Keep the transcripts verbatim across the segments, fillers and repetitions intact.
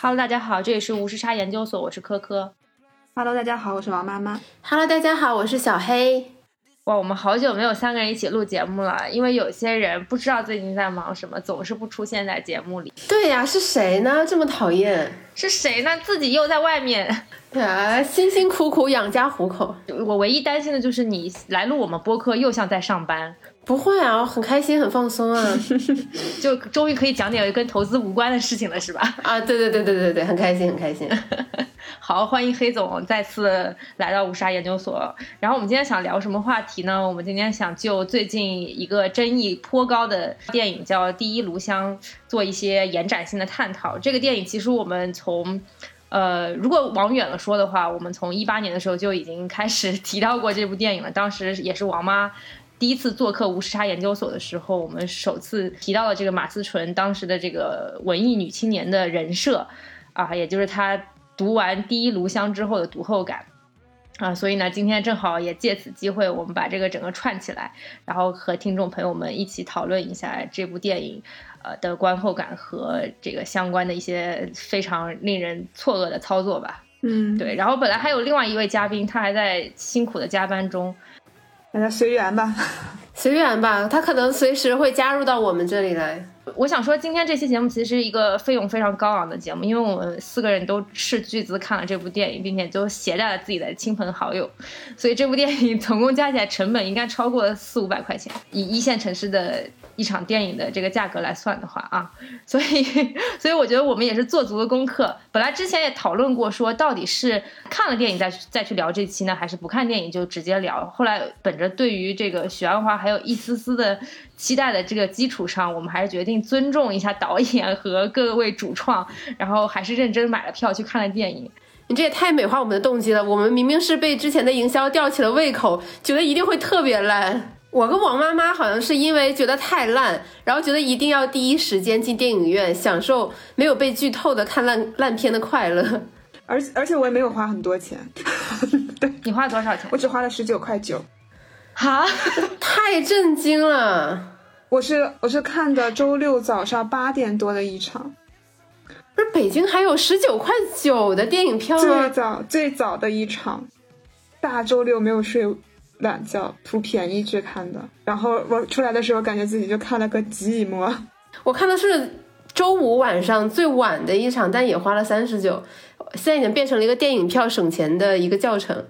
Hello， 大家好，这里是无时差研究所，我是科科。 Hello， 大家好，我是王妈妈。 Hello， 大家好，我是小黑。 哇，我们好久没有三个人一起录节目了，因为有些人不知道最近在忙什么，总是不出现在节目里。 对呀，是谁呢？这么讨厌？ 是谁呢？自己又在外面。 对啊，辛辛苦苦养家糊口。 我唯一担心的就是你来录我们播客，又像在上班。 不会啊，很开心，很放松啊， 就终于可以讲点跟投资无关的事情了，是吧？ 啊，对对对对对对，很开心，很开心。 好，欢迎黑总再次来到无时差研究所。然后我们今天想聊什么话题呢？我们今天想就最近一个争议颇高的电影叫《第一炉香》做一些延展性的探讨。这个电影其实我们从呃，如果往远了说的话，我们从一八年的时候就已经开始提到过这部电影了。当时也是王妈第一次做客无时差研究所的时候，我们首次提到了这个马思纯当时的这个文艺女青年的人设啊，也就是她读完《第一炉香》之后的读后感啊，所以呢，今天正好也借此机会，我们把这个整个串起来，然后和听众朋友们一起讨论一下这部电影呃的观后感和这个相关的一些非常令人错愕的操作吧。 嗯， 对。然后本来还有另外一位嘉宾，他还在辛苦的加班中。 大家随缘吧， 随缘吧，他可能随时会加入到我们这里来。 我想说，今天这期节目其实是一个费用非常高昂的节目，因为我们四个人都斥巨资看了这部电影，并且都携带了自己的亲朋好友，所以这部电影总共加起来成本应该超过四五百块钱，以一线城市的一场电影的这个价格来算的话啊，所以所以我觉得我们也是做足了功课。本来之前也讨论过说，到底是看了电影再再去聊这期呢，还是不看电影就直接聊。后来本着对于这个许鞍华还有一丝丝的期待的这个基础上，我们还是决定尊重一下导演和各位主创，然后还是认真买了票去看了电影。 你这也太美化我们的动机了，我们明明是被之前的营销吊起了胃口，觉得一定会特别烂。我跟王妈妈好像是因为觉得太烂，然后觉得一定要第一时间进电影院享受没有被剧透的看烂烂片的快乐。 而而且我也没有花很多钱。对， 你花了多少钱？ 我只花了十九块九。 哈， 太震惊了！ 我是我是看的周六早上八点多的一场。 不是北京还有十九块九的电影票吗？ 最早最早的一场，大周六没有睡懒觉，图便宜去看的。然后我出来的时候，感觉自己就看了个极一模。 我看的是周五晚上最晚的一场，但也花了三十九，现在已经变成了一个电影票省钱的一个教程。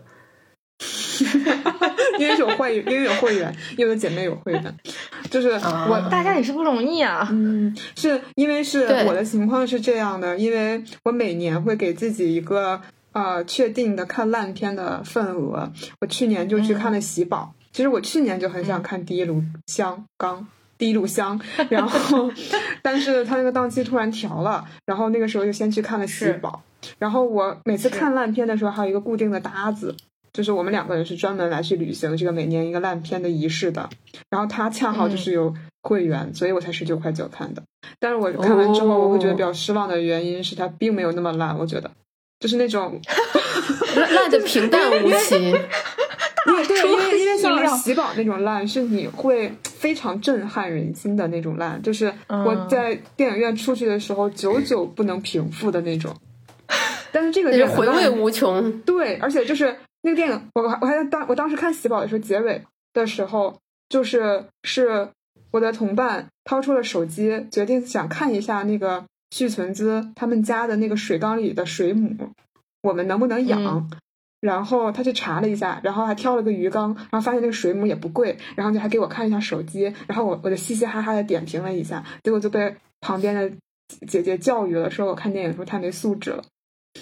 因为有会，因为有会员，因为姐妹有会员，就是我、 啊、大家也是不容易啊。 嗯，是因为是我的情况是这样的，因为我每年会给自己一个呃确定的看烂片的份额。我去年就去看了《喜宝》，嗯，其实我去年就很想看《第一炉香》刚。第一炉香，然后但是他那个档期突然调了，然后那个时候就先去看了《喜宝》。然后我每次看烂片的时候还有一个固定的搭子，就是我们两个人是专门来去履行这个每年一个烂片的仪式的。然后他恰好就是有会员，嗯，所以我才十九块九看的。但是我看完之后我会觉得比较失望的原因是他并没有那么烂，我觉得就是那种烂的平淡无奇。 因为对，因为因为像喜宝那种烂是你会非常震撼人心的那种烂，就是我在电影院出去的时候久久不能平复的那种。但是这个是回味无穷。 对，而且就是那个电影，我我还当我当时看喜宝的时候，结尾的时候，就是是我的同伴掏出了手机，决定想看一下那个续存资他们家的那个水缸里的水母，我们能不能养。嗯，然后他去查了一下，然后还挑了个鱼缸，然后发现那个水母也不贵，然后就还给我看一下手机，然后我我就嘻嘻哈哈的点评了一下，结果就被旁边的姐姐教育了，说我看电影的时候太没素质了。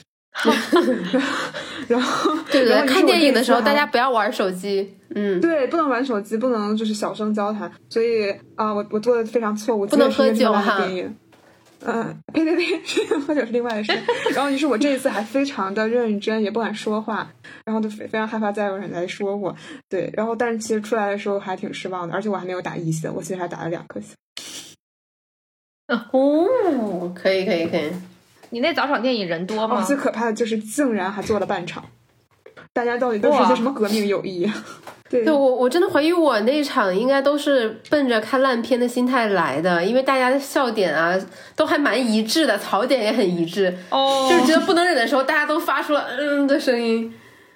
然后对对，看电影的时候大家不要玩手机。嗯， 对，不能玩手机，不能就是小声交谈。所以啊、呃，我我做的非常错误， 不能喝酒哈。 嗯，呸呸呸，喝酒是另外的事。然后于是我这一次还非常的认真，也不敢说话，然后就非常害怕再有人来说我。对，然后但是其实出来的时候还挺失望的，而且我还没有打一星，我其实还打了两颗星。 哦，可以可以可以。 你那早场电影人多吗？ 哦，最可怕的就是竟然还做了半场。 大家到底都是些什么革命友谊？对， 对我我真的怀疑我那场应该都是奔着看烂片的心态来的，因为大家的笑点啊都还蛮一致的，槽点也很一致。哦，就是觉得不能忍的时候，大家都发出了嗯的声音。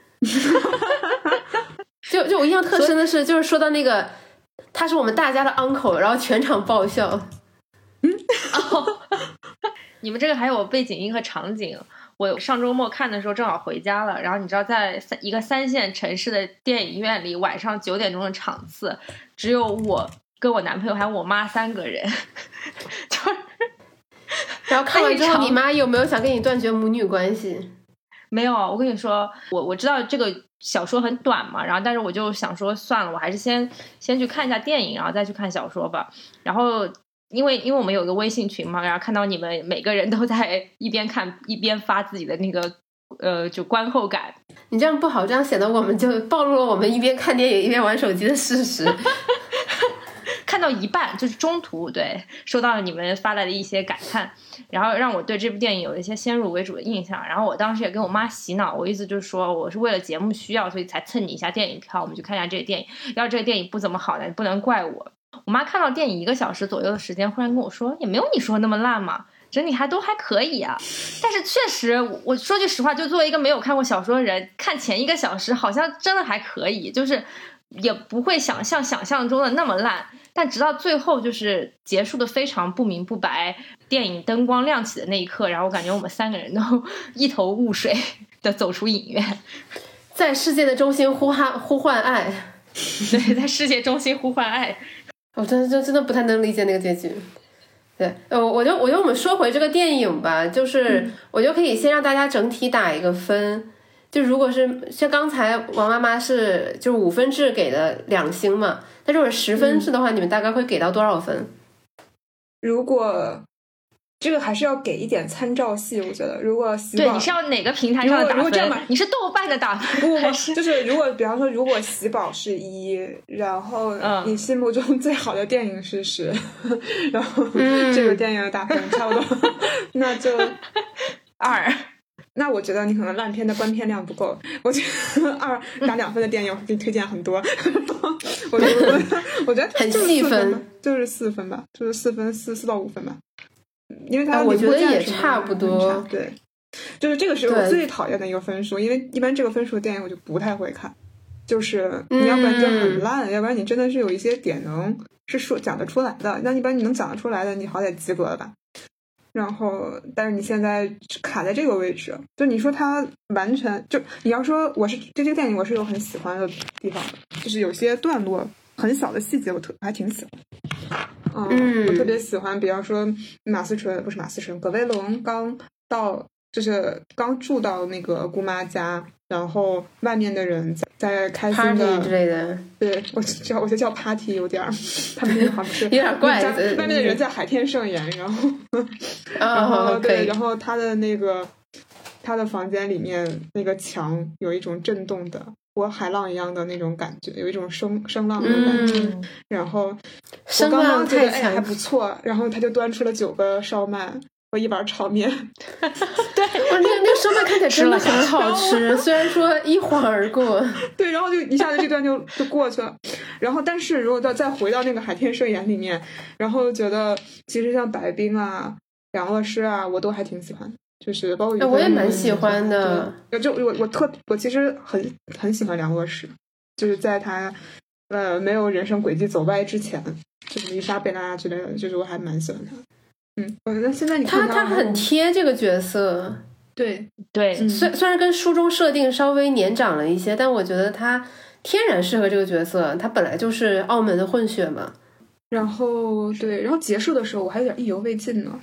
就就我印象特深的是，就是说到那个他是我们大家的 uncle， 然后全场爆笑。 嗯，哦，你们这个还有背景音和场景。我上周末看的时候正好回家了，然后你知道在一个三线城市的电影院里，晚上九点钟的场次，只有我跟我男朋友还有我妈三个人，就是， 然后看完之后，你妈有没有想跟你断绝母女关系？ 没有，我跟你说，我我知道这个小说很短嘛，然后但是我就想说算了，我还是先先去看一下电影，然后再去看小说吧，然后。因为因为我们有一个微信群嘛，然后看到你们每个人都在一边看一边发自己的那个呃就观后感， 你这样不好，这样显得我们就暴露了我们一边看电影一边玩手机的事实。 看到一半就是中途，对，收到了你们发来的一些感叹，然后让我对这部电影有一些先入为主的印象。然后我当时也跟我妈洗脑，我意思就是说我是为了节目需要，所以才蹭你一下电影票，我们去看一下这个电影。要是这个电影不怎么好呢，不能怪我。我妈看到电影一个小时左右的时间，忽然跟我说也没有你说那么烂嘛，整体还都还可以啊。但是确实我说句实话，就作为一个没有看过小说的人，看前一个小时好像真的还可以，就是也不会想像想象中的那么烂，但直到最后就是结束的非常不明不白，电影灯光亮起的那一刻，然后我感觉我们三个人都一头雾水的走出影院。 在世界的中心呼喊呼唤爱。 对，在世界中心呼唤爱。 我真的真真的不太能理解那个结局。对，呃，我就我觉得我们说回这个电影吧，就是我就可以先让大家整体打一个分。就如果是像刚才王妈妈是就是五分制给的两星嘛，那如果十分制的话、嗯、你们大概会给到多少分？ 如果这个还是要给一点参照系，我觉得如果喜宝， 对，你是要哪个平台上的打分？ 如果这样吧， 你是豆瓣的打分， 不不不，就是如果比方说，如果喜宝是一，然后你心目中最好的电影是十，然后这个电影的打分差不多，嗯、那就二。 那我觉得你可能烂片的观片量不够，我觉得二打两分的电影我给你推荐很多。我觉得我觉得很细分， 就是四分吧，就是四分四四到五分吧。因为它、 啊、我觉得也差不多， 对，就是这个是我最讨厌的一个分数，因为一般这个分数的电影我就不太会看，就是你要不然就很烂、嗯、要不然你真的是有一些点能是说讲得出来的，那一般你能讲得出来的你好歹及格了吧。然后但是你现在卡在这个位置，就你说它完全就你要说我是对这个电影我是有很喜欢的地方的，就是有些段落很小的细节我特还挺喜欢。嗯，嗯我特别喜欢比方说马思纯不是马思纯葛威龙刚到就是刚住到那个姑妈家，然后外面的人在在开心的 party 之类的， 对我叫我就叫 party 有点他们好像是有点怪， 外面的人在海天盛宴，然后、哦、然后对、okay. 然后他的那个他的房间里面那个墙有一种震动的波海浪一样的那种感觉，有一种声声浪的感觉、嗯、然后我刚刚觉得哎还不错，然后他就端出了九个烧麦和一碗炒面。 对，我那个那个烧麦看起来真的很好吃，虽然说一晃而过。 对，然后就一下子这段就就过去了。然后但是如果到再回到那个海天盛宴里面，然后觉得其实像白冰啊梁乐师啊我都还挺喜欢的，就是包括、 哎、我也蛮喜欢的。 就我我特我其实很很喜欢梁乐师，就是在他呃没有人生轨迹走歪之前，就是伊莎贝拉之类的，就是我还蛮喜欢他。嗯，那现在你看他他很贴这个角色， 对对， 虽虽然跟书中设定稍微年长了一些，但我觉得他天然适合这个角色，他本来就是澳门的混血嘛。 然后对，然后结束的时候我还有点意犹未尽呢。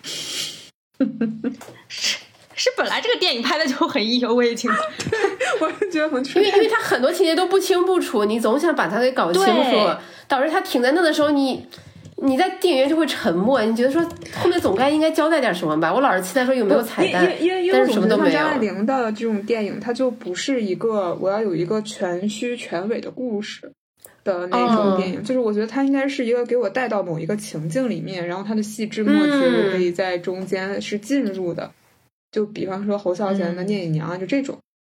是是本来这个电影拍的就很意犹未尽， 我觉得很因为因为他很多情节都不清不楚，你总想把它给搞清楚，导致他停在那的时候你。你在电影院就会沉默，你觉得说后面总该应该交代点什么吧？我老是期待说有没有彩蛋， 因为因为但是什么都没有。 张爱玲的这种电影，它就不是一个我要有一个全虚全伪的故事的那种电影，哦、就是我觉得它应该是一个给我带到某一个情境里面，然后它的细枝末节我可以在中间是进入的。嗯、就比方说侯孝贤的《聂隐娘》就这种，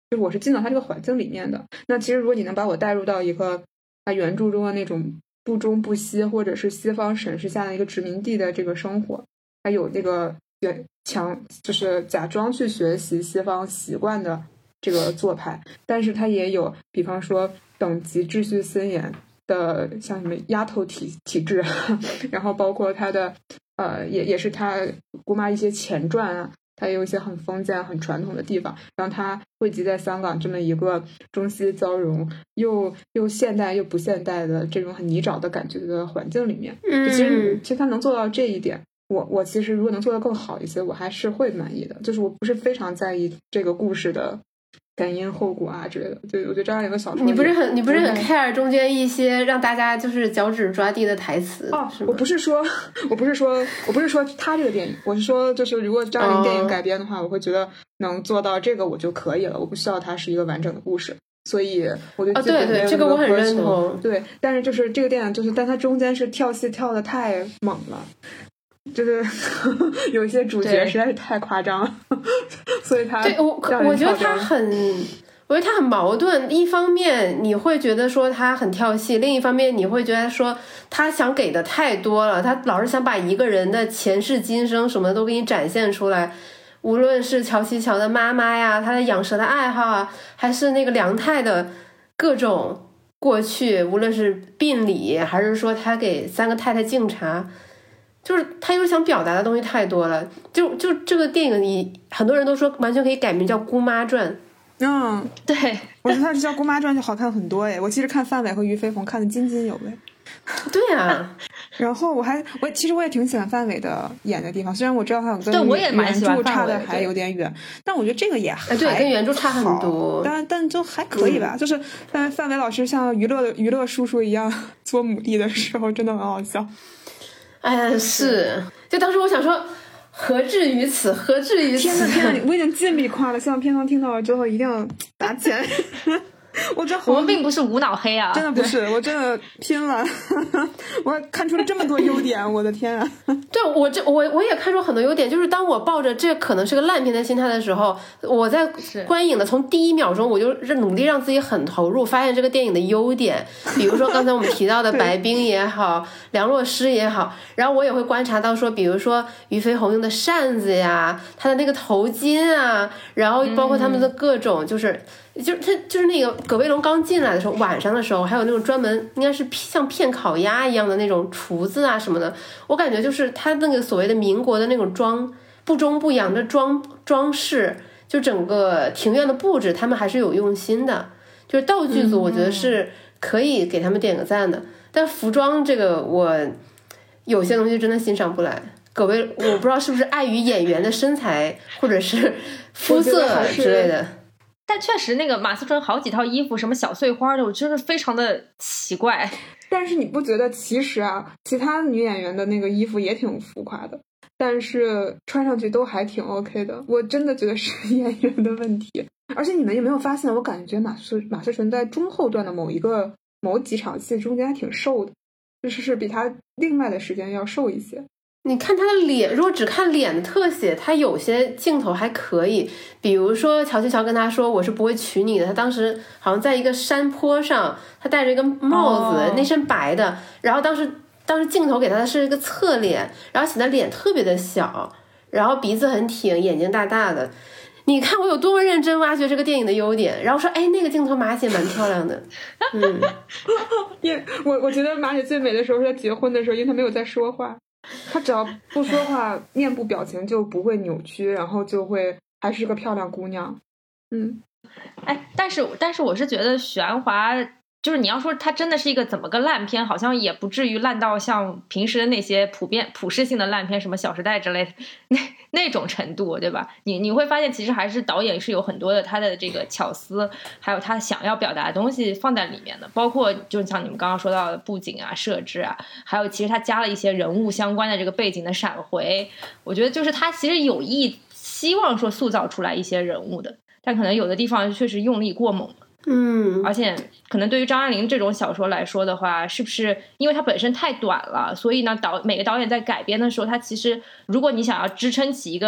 就是我是进到他这个环境里面的。那其实如果你能把我带入到一个啊原著中的那种不中不西，或者是西方审视下的一个殖民地的这个生活，还有这个强就是假装去学习西方习惯的这个做派，但是它也有比方说等级秩序森严的像什么丫头体体制，然后包括它的呃也也是它姑妈一些前传啊，它也有一些很封建很传统的地方，让它汇集在香港这么一个中西交融又又现代又不现代的这种很泥沼的感觉的环境里面。 嗯， 其实其实它能做到这一点，我我其实如果能做得更好一些，我还是会满意的。就是我不是非常在意这个故事的感因后果啊之类的。对，我觉得张爱玲的小说你不是很你不是很 care 中间一些让大家就是脚趾抓地的台词哦？我不是说我不是说我不是说他这个电影，我是说就是如果张爱玲电影改编的话，哦，我会觉得能做到这个我就可以了，我不需要它是一个完整的故事。所以我对基本没有那个苛求，对对， 对，但是就是这个电影就是但它中间是跳戏跳的太猛了，就是有一些主角实在是太夸张了，所以他对我我觉得他很我觉得他很矛盾。一方面你会觉得说他很跳戏，另一方面你会觉得说他想给的太多了，他老是想把一个人的前世今生什么的都给你展现出来。无论是乔西乔的妈妈呀，她的养蛇的爱好啊，还是那个梁太的各种过去，无论是病理还是说他给三个太太敬茶，就是他又想表达的东西太多了。就就这个电影你很多人都说完全可以改名叫姑妈传。 嗯， 对， 我觉得他是叫姑妈传就好看很多。哎，我其实看范伟和俞飞鸿看得津津有味。 对啊， 然后我还我其实我也挺喜欢范伟的演的地方，虽然我知道他跟对我也蛮喜欢原著差的还有点远，但我觉得这个也还对跟原著差很多， 但但就还可以吧。嗯、就是但范伟老师像娱乐娱乐叔叔一样做母弟的时候，真的很好笑。 哎，是，就当时我想说，何至于此？何至于此？ 天哪天哪！我已经尽力夸了，希望片方听到了之后一定要打起来。我这我们并不是无脑黑啊， 真的不是，我真的拼了，我看出了这么多优点，我的天啊！ 对，我这我我也看出很多优点，就是当我抱着这可能是个烂片的心态的时候，我在观影的从第一秒钟我就努力让自己很投入，发现这个电影的优点，比如说刚才我们提到的白冰也好，梁洛施也好，然后我也会观察到说，比如说俞飞鸿用的扇子呀，他的那个头巾啊，然后包括他们的各种就是。嗯就是他就是那个葛威龙刚进来的时候，晚上的时候还有那种专门应该是像片烤鸭一样的那种厨子啊什么的，我感觉就是他那个所谓的民国的那种装不中不洋的装装饰，就整个庭院的布置他们还是有用心的，就是道具组我觉得是可以给他们点个赞的、嗯、但服装这个我有些东西真的欣赏不来。葛威我不知道是不是碍于演员的身材或者是肤色之类的， 但确实那个马思纯好几套衣服什么小碎花的，我真是非常的奇怪。 但是你不觉得其实啊其他女演员的那个衣服也挺浮夸的，但是穿上去都还挺 OK 的，我真的觉得是演员的问题。而且你们有没有发现，我感觉马思马思纯在中后段的某一个某几场戏中间还挺瘦的，就是是比他另外的时间要瘦一些。 你看他的脸，如果只看脸的特写，他有些镜头还可以，比如说乔西乔跟他说我是不会娶你的，他当时好像在一个山坡上，他戴着一个帽子、哦、那身白的，然后当时当时镜头给他的是一个侧脸，然后显得脸特别的小，然后鼻子很挺，眼睛大大的，你看我有多么认真挖掘这个电影的优点，然后说哎那个镜头马姐蛮漂亮的。嗯， 也我我觉得马姐最美的时候是在结婚的时候，因为她没有在说话，她只要不说话面部表情就不会扭曲，然后就会还是个漂亮姑娘。嗯， 哎，但是但是我是觉得许鞍华就是你要说它真的是一个怎么个烂片，好像也不至于烂到像平时的那些普遍普适性的烂片什么小时代之类的那那种程度，对吧？你你会发现其实还是导演是有很多的他的这个巧思，还有他想要表达的东西放在里面的，包括就像你们刚刚说到的布景啊设置啊，还有其实他加了一些人物相关的这个背景的闪回，我觉得就是他其实有意希望说塑造出来一些人物的，但可能有的地方确实用力过猛了。 嗯， 而且可能对于张爱玲这种小说来说的话，是不是因为它本身太短了，所以呢导每个导演在改编的时候，他其实如果你想要支撑起一个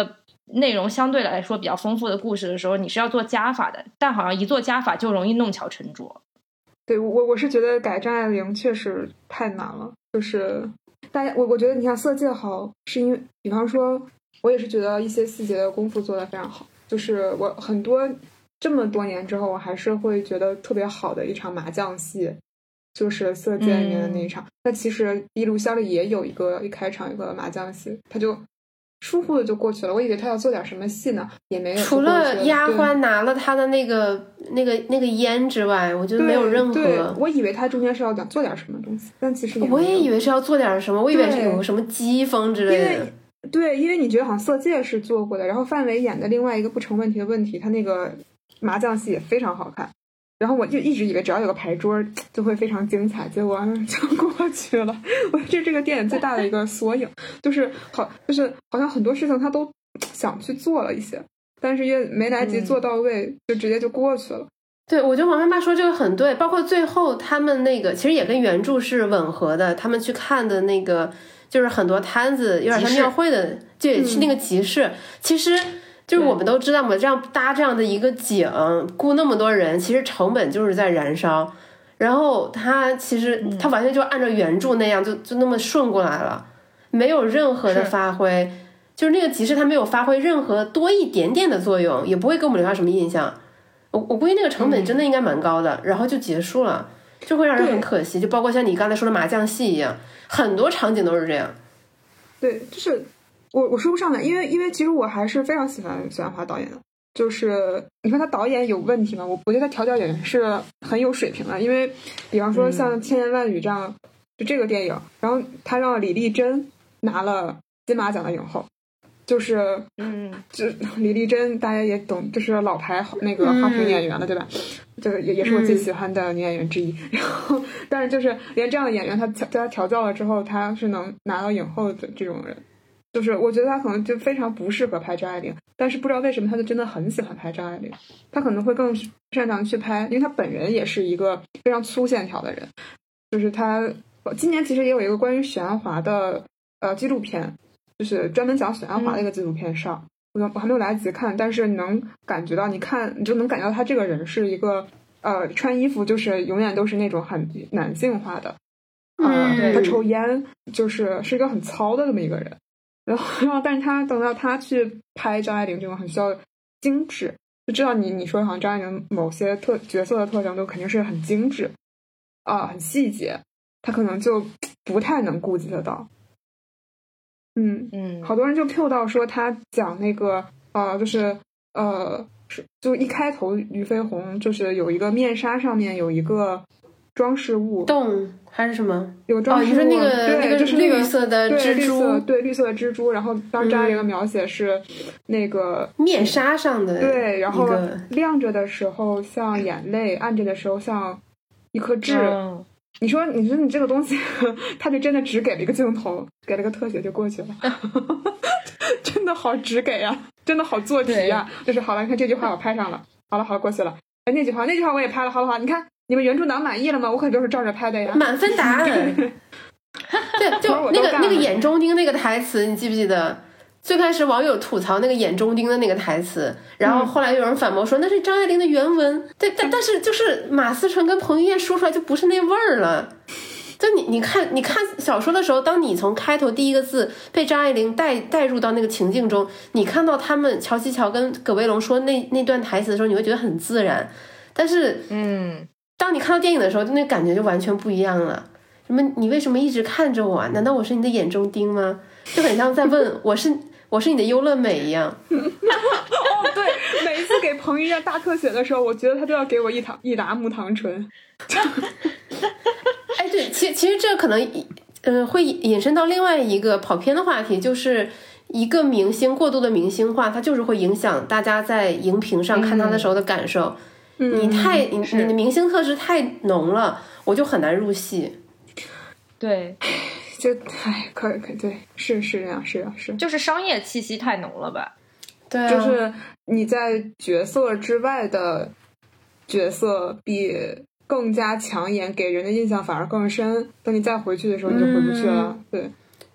内容相对来说比较丰富的故事的时候，你是要做加法的，但好像一做加法就容易弄巧成拙。 对，我我是觉得改张爱玲确实太难了，就是大家我我觉得你像色戒好，是因为比方说我也是觉得一些细节的功夫做得非常好，就是我很多这么多年之后，我还是会觉得特别好的一场麻将戏，就是色戒里面的那一场。那、嗯、其实一路香里也有一个一开场一个麻将戏，他就疏忽的就过去了。我以为他要做点什么戏呢，也没有。 除了丫鬟拿了他的那个那个那个烟之外，我觉得没有任何。 对，对我以为他中间是要做点什么东西，但其实我也以为是要做点什么，我以为是有什么机锋之类的。 对，因为你觉得好像色戒是做过的，然后范伟演的另外一个不成问题的问题，他那个麻将戏也非常好看。然后我就一直以为只要有个牌桌就会非常精彩，结果就过去了。我觉得这是这个电影最大的一个缩影，就是好，就是好像很多事情他都想去做了一些，但是也没来及做到位，嗯、就直接就过去了。 对，我觉得王妈妈说这个很对，包括最后他们那个其实也跟原著是吻合的，他们去看的那个就是很多摊子有点像庙会的，对，是那个集市，嗯、其实。就是我们都知道嘛，这样搭这样的一个景，雇那么多人，其实成本就是在燃烧。然后他其实他完全就按照原著那样，就就那么顺过来了，没有任何的发挥。就是那个集市，他没有发挥任何多一点点的作用，也不会给我们留下什么印象。我我估计那个成本真的应该蛮高的，嗯、然后就结束了，就会让人很可惜。就包括像你刚才说的麻将戏一样，很多场景都是这样。 对，就是。我我说不上来，因为因为其实我还是非常喜欢孙杨华导演的，就是你说他导演有问题吗？我我觉得他调教演员是很有水平的，因为比方说像《千言万语》这样，嗯、就这个电影，然后他让李丽珍拿了金马奖的影后，就是嗯， 就李丽珍大家也懂，就是老牌那个花瓶演员了，嗯、对吧？这个也也是我最喜欢的女演员之一。嗯、然后，但是就是连这样的演员，他他调教了之后，他是能拿到影后的这种人。就是我觉得他可能就非常不适合拍张爱玲，但是不知道为什么他就真的很喜欢拍张爱玲，他可能会更擅长去拍，因为他本人也是一个非常粗线条的人。就是他今年其实也有一个关于许鞍华的呃纪录片，就是专门讲许鞍华的一个纪录片上，嗯、我还没有来得及看，但是能感觉到，你看你就能感觉到他这个人是一个呃穿衣服就是永远都是那种很男性化的，呃、嗯，他抽烟就是是一个很糙的这么一个人。然后，然后，但是他等到他去拍张爱玲这种很需要精致，就知道你你说好像张爱玲某些特角色的特征都肯定是很精致啊、呃，很细节，他可能就不太能顾及得到。嗯嗯，好多人就 Q 到说他讲那个呃，就是呃，是就一开头俞飞鸿就是有一个面纱上面有一个装饰物洞。还是什么？ 有装饰物， 哦，就是那个对， 那个就是那个绿色的蜘蛛， 对，绿色的蜘蛛。然后当时张爱玲的描写是那个、 嗯、面纱上的， 对，然后亮着的时候像眼泪，暗着的时候像一颗痣。嗯、你说，你说你这个东西，他就真的只给了一个镜头，给了个特写就过去了，真的好只给啊，真的好做题啊。就是好了，你看这句话我拍上了，好了好了过去了。哎，那句话那句话我也拍了，好了好了，你看。你们原著党满意了吗？我可就是照着拍的呀， 满分答案。对，就那个那个眼中钉那个台词，你记不记得？最开始网友吐槽那个眼中钉的那个台词，然后后来有人反驳说那是张爱玲的原文。对，但但是就是马思纯跟彭于晏说出来就不是那味儿了。就你你看你看小说的时候，当你从开头第一个字被张爱玲带带入到那个情境中，你看到他们乔西乔跟葛薇龙说那那段台词的时候，你会觉得很自然。但是嗯。 当你看到电影的时候，那感觉就完全不一样了。什么？你为什么一直看着我啊？难道我是你的眼中钉吗？就很像在问我是我是你的优乐美一样。 哦，对，每一次给彭于晏大特写的时候，我觉得他都要给我一沓一沓木糖醇。 哎，对，其其实这可能呃会引申到另外一个跑偏的话题，就是一个明星过度的明星化，它就是会影响大家在荧屏上看他的时候的感受。嗯你太你你的明星特质太浓了，我就很难入戏。 对， 就唉，可可对，是是这样，是这样，是就是商业气息太浓了吧？ 对、啊， 就是你在角色之外的角色比更加抢眼，给人的印象反而更深。等你再回去的时候，你就回不去了。嗯、对。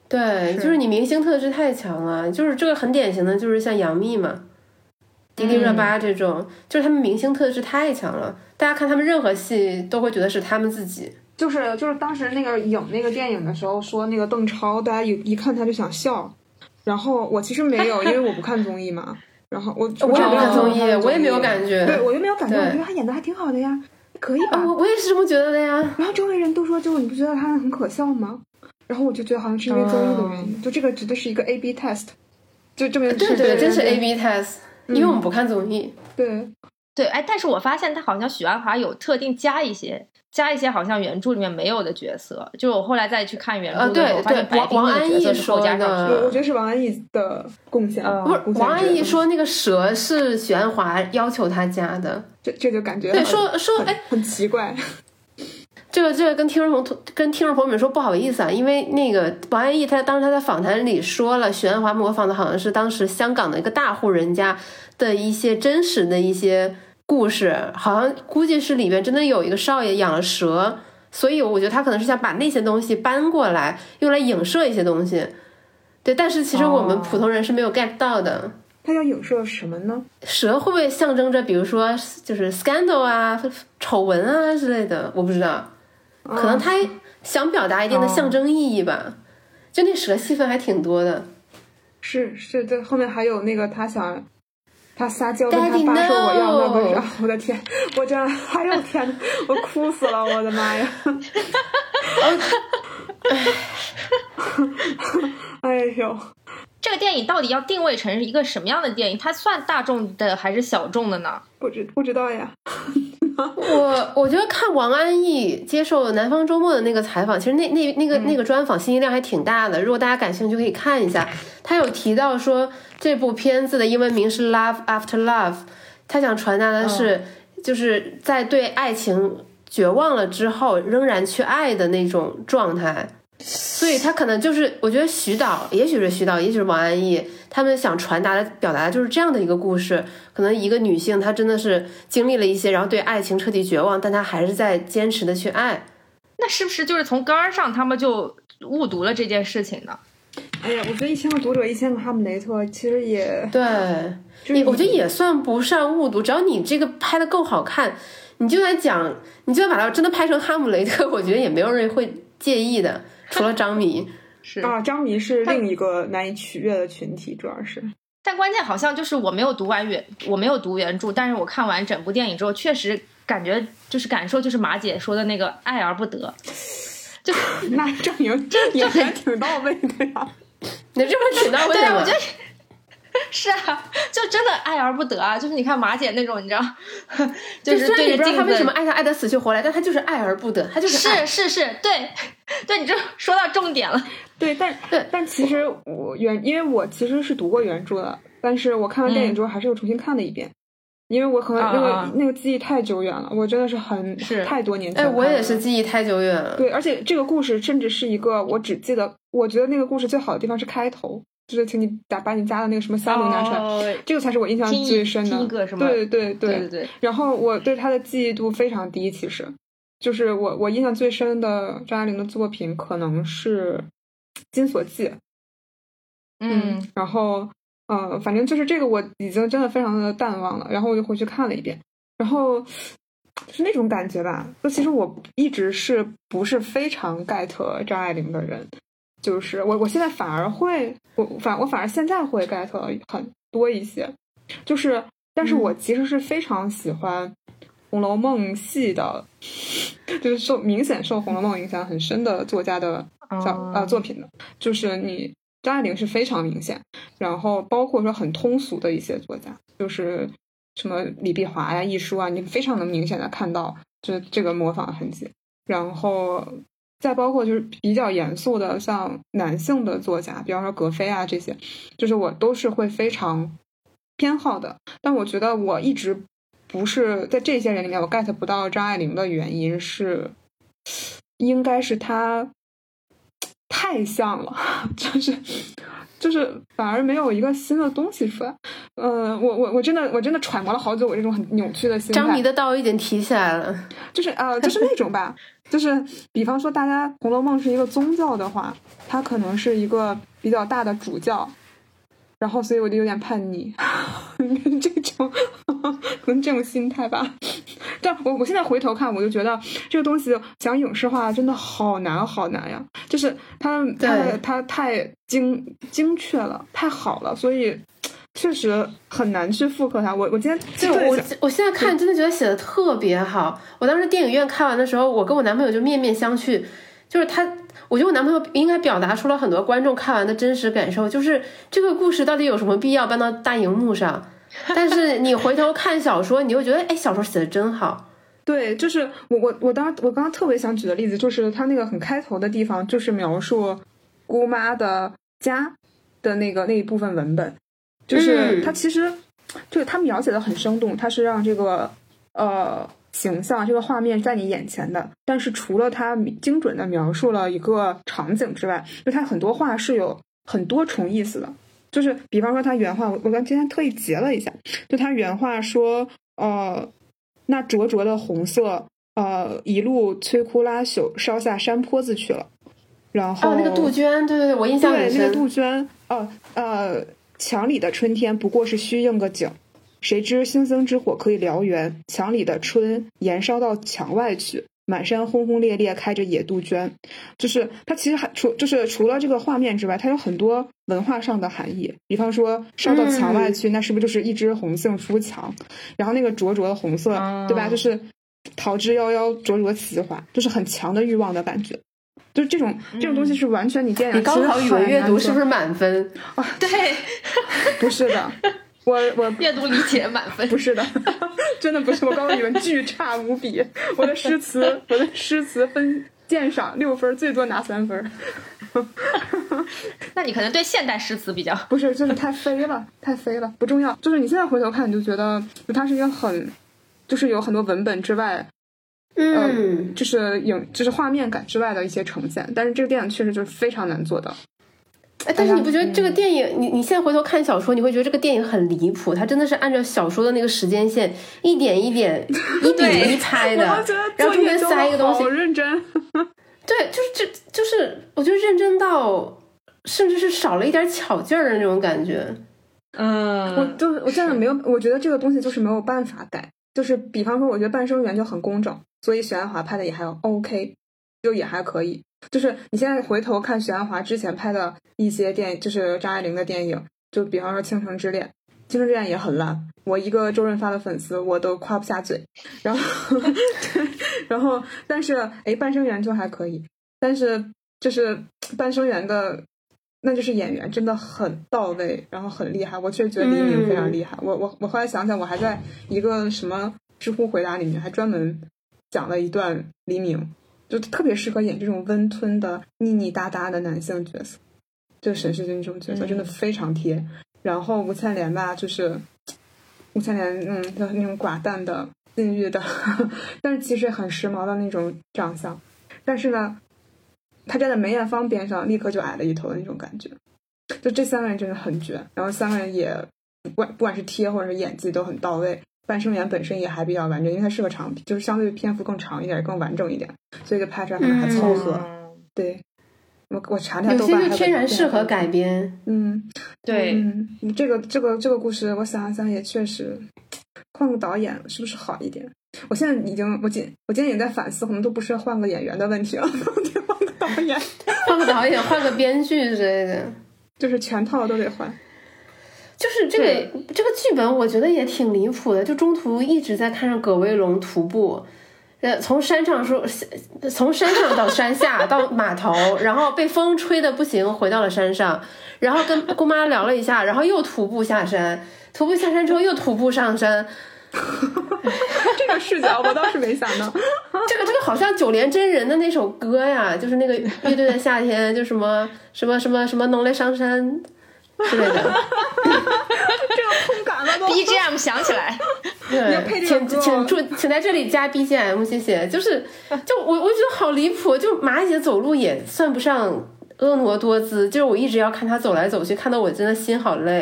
对，就是你明星特质太强了，就是这个很典型的，就是像杨幂嘛、迪丽热巴这种、嗯，就是他们明星特质太强了，大家看他们任何戏都会觉得是他们自己。 就是就是当时那个影那个电影的时候说那个邓超，大家一一看他就想笑，然后我其实没有，因为我不看综艺嘛，然后我我也不看综艺，我也没有感觉， 对我就没有感觉，我觉得他演的还挺好的呀，可以吧？ 啊、我我也是这么觉得的呀。 然后周围人都说，就你不觉得他很可笑吗？然后我就觉得好像是因为综艺的原因，嗯、就这个指的是一个 A B test， 就证明对对，真是 A B test，、嗯、因为我们不看综艺。 对对，哎，但是我发现他好像许鞍华有特定加一些。加一些好像原著里面没有的角色，就是我后来再去看原著的时候， 呃、 我发现白冰那个角色是后加上去的。我觉得是王安忆的贡献。 不是王安忆说那个蛇是许鞍华要求他加的， 这这就感觉对说说哎很奇怪。 这个这个跟听众朋跟听众朋友们说不好意思啊，因为那个王安忆他当时他在访谈里说了，许鞍华模仿的好像是当时香港的一个大户人家的一些真实的一些。故事好像估计是里面真的有一个少爷养了蛇，所以我觉得他可能是想把那些东西搬过来用来影射一些东西。对，但是其实我们普通人是没有 get 到的。 哦、他要影射什么呢？ 蛇会不会象征着比如说就是 scandal 啊、丑闻啊之类的，我不知道，可能他想表达一定的象征意义吧。哦、就那蛇戏份还挺多的。 是是，这后面还有那个他想他撒娇跟他爸说我要那个啥，我的天，我真哎呦天，我哭死了，我的妈呀！哎呦， 这个电影到底要定位成一个什么样的电影？它算大众的还是小众的呢？ 不知不知道呀。 我我觉得看王安忆接受南方周末的那个采访，其实那那那个、嗯、那个专访信息量还挺大的，如果大家感兴趣可以看一下。他有提到说这部片子的英文名是 Love After Love， 他想传达的是、嗯、就是在对爱情绝望了之后仍然去爱的那种状态。所以他可能就是我觉得徐导也许是徐导也许是王安忆他们想传达的表达的就是这样的一个故事，可能一个女性她真的是经历了一些然后对爱情彻底绝望，但她还是在坚持的去爱。 那是不是就是从根儿上他们就误读了这件事情呢？ 哎呀，我觉得一千个读者一千个哈姆雷特其实也对、就是、我觉得也算不上误读，只要你这个拍的够好看，你就算讲你就算把它真的拍成哈姆雷特，我觉得也没有人会介意的，除了张迷。 是啊，张迷是另一个难以取悦的群体，主要是。 但关键好像就是我没有读完原，我没有读原著，但是我看完整部电影之后，确实感觉就是感受就是马姐说的那个爱而不得，就那证明这也还挺到位的呀。 你这么挺到位的吗？ 对，我觉得是啊，就真的爱而不得啊！就是你看马姐那种，你知道，就是对着镜子， 你不知道他为什么爱他爱得死去活来，但他就是爱而不得，他就是爱是是是，对对，你这说到重点了。 对，但对，但其实我原因为我其实是读过原著的，但是我看完电影之后还是又重新看了一遍，嗯、因为我可能那个、啊、那个记忆太久远了，我真的是很是太多年前哎，我也是记忆太久远了。 对，而且这个故事甚至是一个我只记得，我觉得那个故事最好的地方是开头。就是请你打把你家的那个什么三轮拿出来、哦，这个才是我印象最深的。 个是吗？ 对对对对对。 然后我对他的记忆度非常低，其实就是我我印象最深的张爱玲的作品可能是《金锁记》。 嗯， 然后呃，反正就是这个我已经真的非常的淡忘了，然后我就回去看了一遍，然后是那种感觉吧。就其实我一直是不是非常 get 张爱玲的人。就是我，我现在反而会，我反我反而现在会 get 很多一些，就是，但是我其实是非常喜欢《红楼梦》系的，就是受明显受《红楼梦》影响很深的作家的小呃作品的，就是你张爱玲是非常明显，然后包括说很通俗的一些作家，就是什么李碧华呀、亦舒啊，你非常能明显的看到就是这个模仿痕迹，然后。再包括就是比较严肃的像男性的作家，比方说格非啊这些，就是我都是会非常偏好的。但我觉得我一直不是在这些人里面我 get 不到张爱玲的原因是应该是她太像了，就是就是反而没有一个新的东西出来。 呃，我我我真的我真的揣摩了好久我这种很扭曲的心态。 张迷的道已经提起来了， 就是呃，就是那种吧，就是比方说大家《红楼梦》是一个宗教的话，它可能是一个比较大的主教，然后所以我就有点叛逆，这种可能这种心态吧。但我我现在回头看，我就觉得这个东西讲影视化真的好难好难呀，就是它它它太精精确了，太好了，所以确实很难去复刻它。我我今天就我我现在看真的觉得写的特别好。我当时电影院看完的时候，我跟我男朋友就面面相觑，就是他，我觉得我男朋友应该表达出了很多观众看完的真实感受，就是这个故事到底有什么必要搬到大荧幕上？但是你回头看小说，你会觉得，哎，小说写的真好。 对，就是我我我当我刚刚特别想举的例子，就是他那个很开头的地方，就是描述姑妈的家的那个那一部分文本，就是他其实就是他描写的很生动，他是让这个呃形象这个画面在你眼前的，但是除了他精准的描述了一个场景之外，就他很多话是有很多重意思的。就是比方说他原话，我我刚今天特意截了一下，就他原话说，呃，那灼灼的红色，呃，一路摧枯拉朽，烧下山坡子去了。然后哦，那个杜鹃，对对对，我印象很深。 对，那个杜鹃，哦，呃，墙里的春天不过是虚应个景，谁知星星之火可以燎原，墙里的春延烧到墙外去。满山轰轰烈烈开着野杜鹃，就是它其实还除就是除了这个画面之外，它有很多文化上的含义。比方说烧到墙外去，嗯、那是不是就是一枝红杏出墙？然后那个灼灼的红色，哦、对吧？就是桃之夭夭，灼灼其华，就是很强的欲望的感觉。就是这种、嗯、这种东西是完全你电影。 你高考语文阅读是不是满分？ 啊，对， 不是的。我我阅读理解满分， 不是的，真的不是。我高考语文巨差无比，我的诗词我的诗词分鉴赏六分，最多拿三分。 那你可能对现代诗词比较不是，就是太飞了，太飞了，不重要。就是你现在回头看，你就觉得它是一个很，就是有很多文本之外， 嗯、 呃，就是影就是画面感之外的一些呈现。但是这个电影确实就是非常难做到。 哎，但是你不觉得这个电影，嗯、你你现在回头看小说，你会觉得这个电影很离谱？它真的是按照小说的那个时间线，一点一点、一笔一拍的，然后中间塞一个东西， 好认真。 对，就是这，就是我觉得认真到，甚至是少了一点巧劲儿的那种感觉。 嗯， 我就是我真的没有，我觉得这个东西就是没有办法改。就是比方说，我觉得《半生缘》就很工整，所以许鞍华拍的也还 OK， 就也还可以。就是你现在回头看许鞍华之前拍的一些电影，就是张爱玲的电影，就比方说《倾城之恋》，《倾城之恋》也很烂，我一个周润发的粉丝我都夸不下嘴。然后，然后，但是哎，《半生缘》就还可以，但是就是《半生缘》的，那就是演员真的很到位，然后很厉害。我确实觉得黎明非常厉害。嗯、我我我后来想想，我还在一个什么知乎回答里面还专门讲了一段黎明。就特别适合演这种温吞的腻腻哒哒的男性角色，就沈世钧这种角色真的非常贴。嗯、然后吴倩莲吧，就是吴倩莲，嗯，就是那种寡淡的、禁欲的，但是其实很时髦的那种长相。但是呢，他站在梅艳芳边上，立刻就矮了一头的那种感觉。就这三个人真的很绝，然后三个人也不管不管是贴或者是演技都很到位。半生缘本身也还比较完整，因为它是个长，就是相对篇幅更长一点，更完整一点，所以就拍出来可能还凑合。嗯、对，我我查查豆瓣， 有些就天然适合改编。 嗯， 对， 嗯，这个这个这个故事，我想一想也确实，换个导演是不是好一点？我现在已经，我今我今天也在反思，可能都不是换个演员的问题了，得换个导演， 换个导演，换个编剧之类的， 就是全套都得换。 就是这个这个剧本，我觉得也挺离谱的。就中途一直在看上葛威龙徒步，呃，从山上说，从山上到山下到码头，然后被风吹得不行，回到了山上，然后跟姑妈聊了一下，然后又徒步下山，徒步下山之后又徒步上山。 这个视角我倒是没想到。 这个这个好像九连真人的那首歌呀，就是那个乐队的夏天，就什么什么什么什么浓烈上山。之类的，这个痛感了都 B G M 响起来， 对，请请注请在这里加 B G M， 谢谢。就是就我我觉得好离谱，就马姐走路也算不上婀娜多姿，就是我一直要看她走来走去，看到我真的心好累。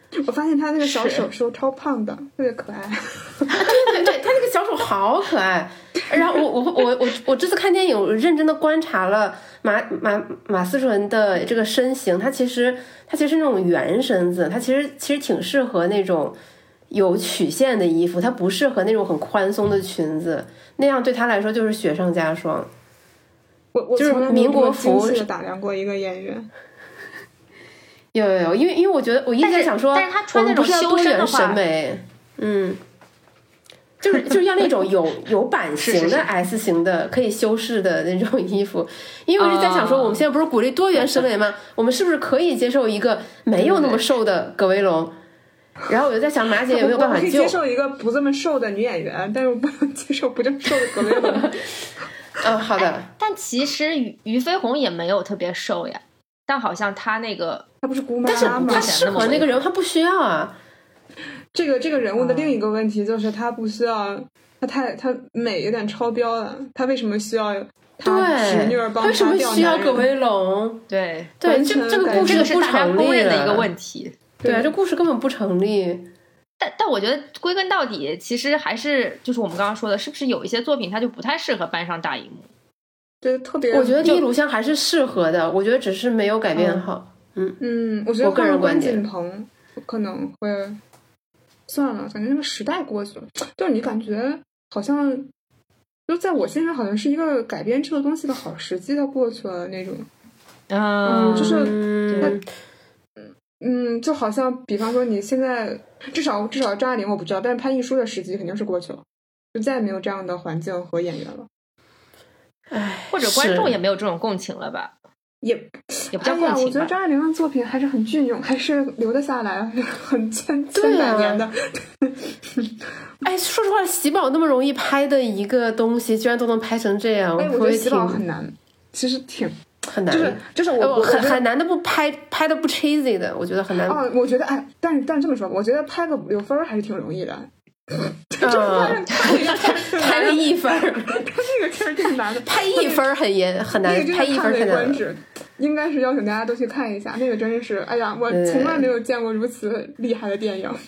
我发现他那个小手手超胖的，特别可爱。 对对对，他那个小手好可爱。然后我我我我我这次看电影，我认真的观察了马马马思纯的这个身形，他其实他其实是那种圆身子，他其实其实挺适合那种有曲线的衣服，他不适合那种很宽松的裙子，那样对他来说就是雪上加霜。 我我就是民国服打量过一个演员。 有有有，因为因为我觉得我一直在想说， 但是他穿那种修身的审美，嗯，就是就是要那种有有版型的 S 型的可以修饰的那种衣服，因为我一直在想说，我们现在不是鼓励多元审美吗？我们是不是可以接受一个没有那么瘦的葛薇龙？然后我就在想，马姐有没有办法救？ 我可以接受一个不这么瘦的女演员，但是我不能接受不这么瘦的葛薇龙。 嗯，好的。 但其实于于飞鸿也没有特别瘦呀。但好像他那个他不是姑妈吗？他适合那个人，他不需要啊。 这个这个人物的另一个问题就是他不需要，他太他美有点超标了。他为什么需要他侄女儿帮他为什么需要葛薇龙？ 对对，这这个故事不成立的一个问题。 对啊，这故事根本不成立。 但但我觉得归根到底，其实还是就是我们刚刚说的，是不是有一些作品它就不太适合搬上大荧幕？ 对，特别。 我觉得《第一炉香》还是适合的，我觉得只是没有改编好。 嗯嗯，我觉得个人观点， 关锦鹏可能会算了，感觉那个时代过去了，就是你感觉好像就在我心上，好像是一个改编这个东西的好时机，它过去了那种。 嗯， 就是它，嗯，就好像比方说你现在至少至少张爱玲我不知道，但是潘艺书的时机肯定是过去了，就再也没有这样的环境和演员了。 唉， 或者观众也没有这种共情了吧？ 也也不叫共情吧、 哎、我觉得张爱玲的作品还是很隽永，还是留得下来，很千千百年的。 哎，说实话，喜宝那么容易拍的一个东西，居然都能拍成这样， 哎，我觉得喜宝很难，其实挺很难， 就是就是我我很很难的不拍拍的不 cheesy 的，我觉得很难。 哦，我觉得哎，但是但是这么说，我觉得拍个五六分还是挺容易的。 嗯，拍个一分，他那个其实挺难的。 拍一分很严很难，拍一分很难。 应该是邀请大家都去看一下，那个真的是，哎呀，我从来没有见过如此厉害的电影。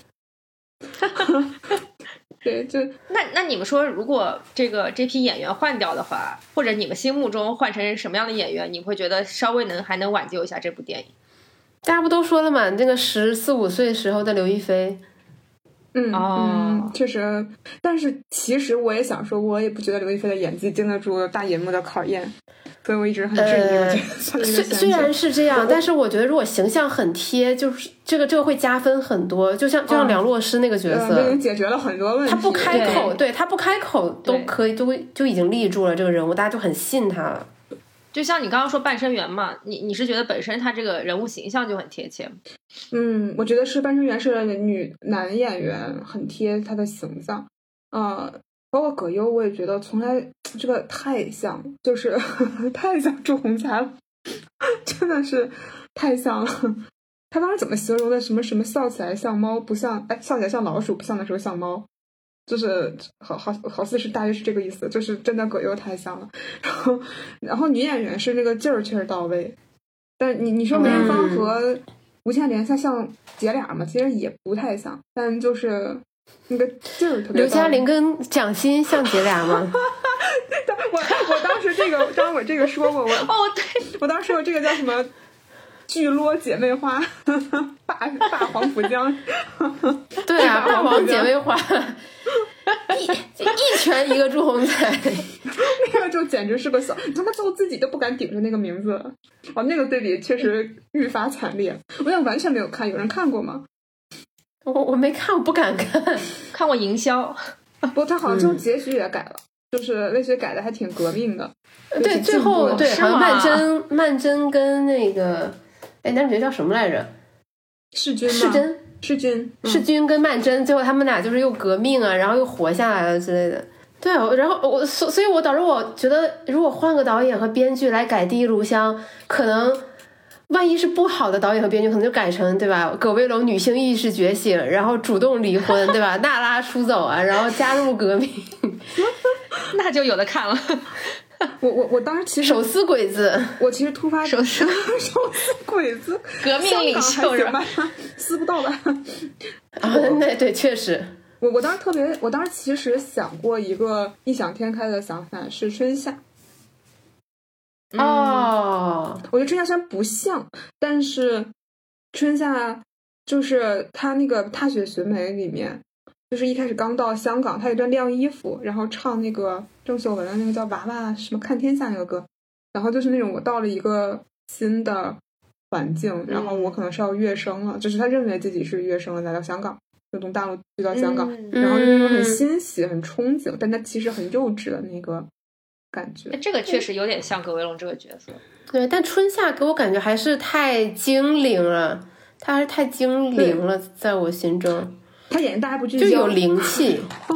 对，就那那你们说，如果这个这批演员换掉的话，或者你们心目中换成什么样的演员，你会觉得稍微能还能挽救一下这部电影？ 大家不都说了嘛，那个十四五岁时候的刘亦菲。 嗯哦、 嗯，确实，但是其实我也想说，我也不觉得刘亦菲的演技经得住大银幕的考验，所以我一直很质疑。呃、 虽虽然是这样，但是我觉得如果形象很贴，就是这个这个会加分很多。就像就像梁洛施那个角色， 嗯、已经解决了很多问题。 他不开口，对, 对他不开口都可以，就会就已经立住了这个人物，大家就很信他了。 就像你刚刚说半生缘嘛，你你是觉得本身他这个人物形象就很贴切吗？ 嗯，我觉得是半生缘是女男演员很贴他的形象，呃，包括葛优，我也觉得从来这个太像，就是呵呵太像祝鸿才了，真的是太像了。他当时怎么形容的？什么什么笑起来像猫，不像哎，笑起来像老鼠，不像的时候像猫。就是好好好似是大约是这个意思，就是真的葛优太像了，然后然后女演员是那个劲儿确实到位，但你你说梅艳芳和吴倩莲像像姐俩嘛，其实也不太像，但就是那个劲儿特别。 刘嘉玲跟蒋欣像姐俩吗？ 我我当时这个，当我这个说过，我哦对， 我当时说这个叫什么？巨啰姐妹花，霸霸黄浦江， 对啊，霸王姐妹花，一一拳一个祝鸿才， 那个就简直是个小，你他妈最后自己都不敢顶着那个名字，哦，那个对比确实愈发惨烈。我想完全没有看，有人看过吗？ 我我没看，我不敢看， 看过营销， 不，他好像最后结局也改了，嗯、就是类似于改的还挺革命的。 对，最后对，好像曼桢曼桢跟那个。哎，男主角叫什么来着？ 世君吗？ 世珍， 世君， 嗯、世君跟曼桢，最后他们俩就是又革命啊，然后又活下来了之类的。对，然后我所所以，我导致我觉得，如果换个导演和编剧来改《第一炉香》，可能万一是不好的导演和编剧，可能就改成对吧？葛薇龙女性意识觉醒，然后主动离婚，对吧？娜拉出走啊，然后加入革命， 那就有的看了。 我我我当时其实手撕鬼子， 我其实突发手撕手撕鬼子， 革命领袖是吧？ 撕不到吧？ 啊，那对，确实。 我我当时特别，我当时其实想过一个异想天开的想法，是春夏。 哦、 嗯，我觉得春夏虽然不像，但是春夏就是他那个《踏雪寻梅》里面。就是一开始刚到香港，他有一段晾衣服，然后唱那个郑秀文的那个叫娃娃什么看天下那个歌，然后就是那种我到了一个新的环境，然后我可能是要跃升了，就是他认为自己是跃升了，来到香港，就从大陆去到香港， 嗯、 然后就是那种很欣喜、很憧憬，但他其实很幼稚的那个感觉。 这个确实有点像葛威龙这个角色。 对，但春夏给我感觉还是太精灵了，他还是太精灵了，在我心中。 他演的大家不聚焦， 就有灵气。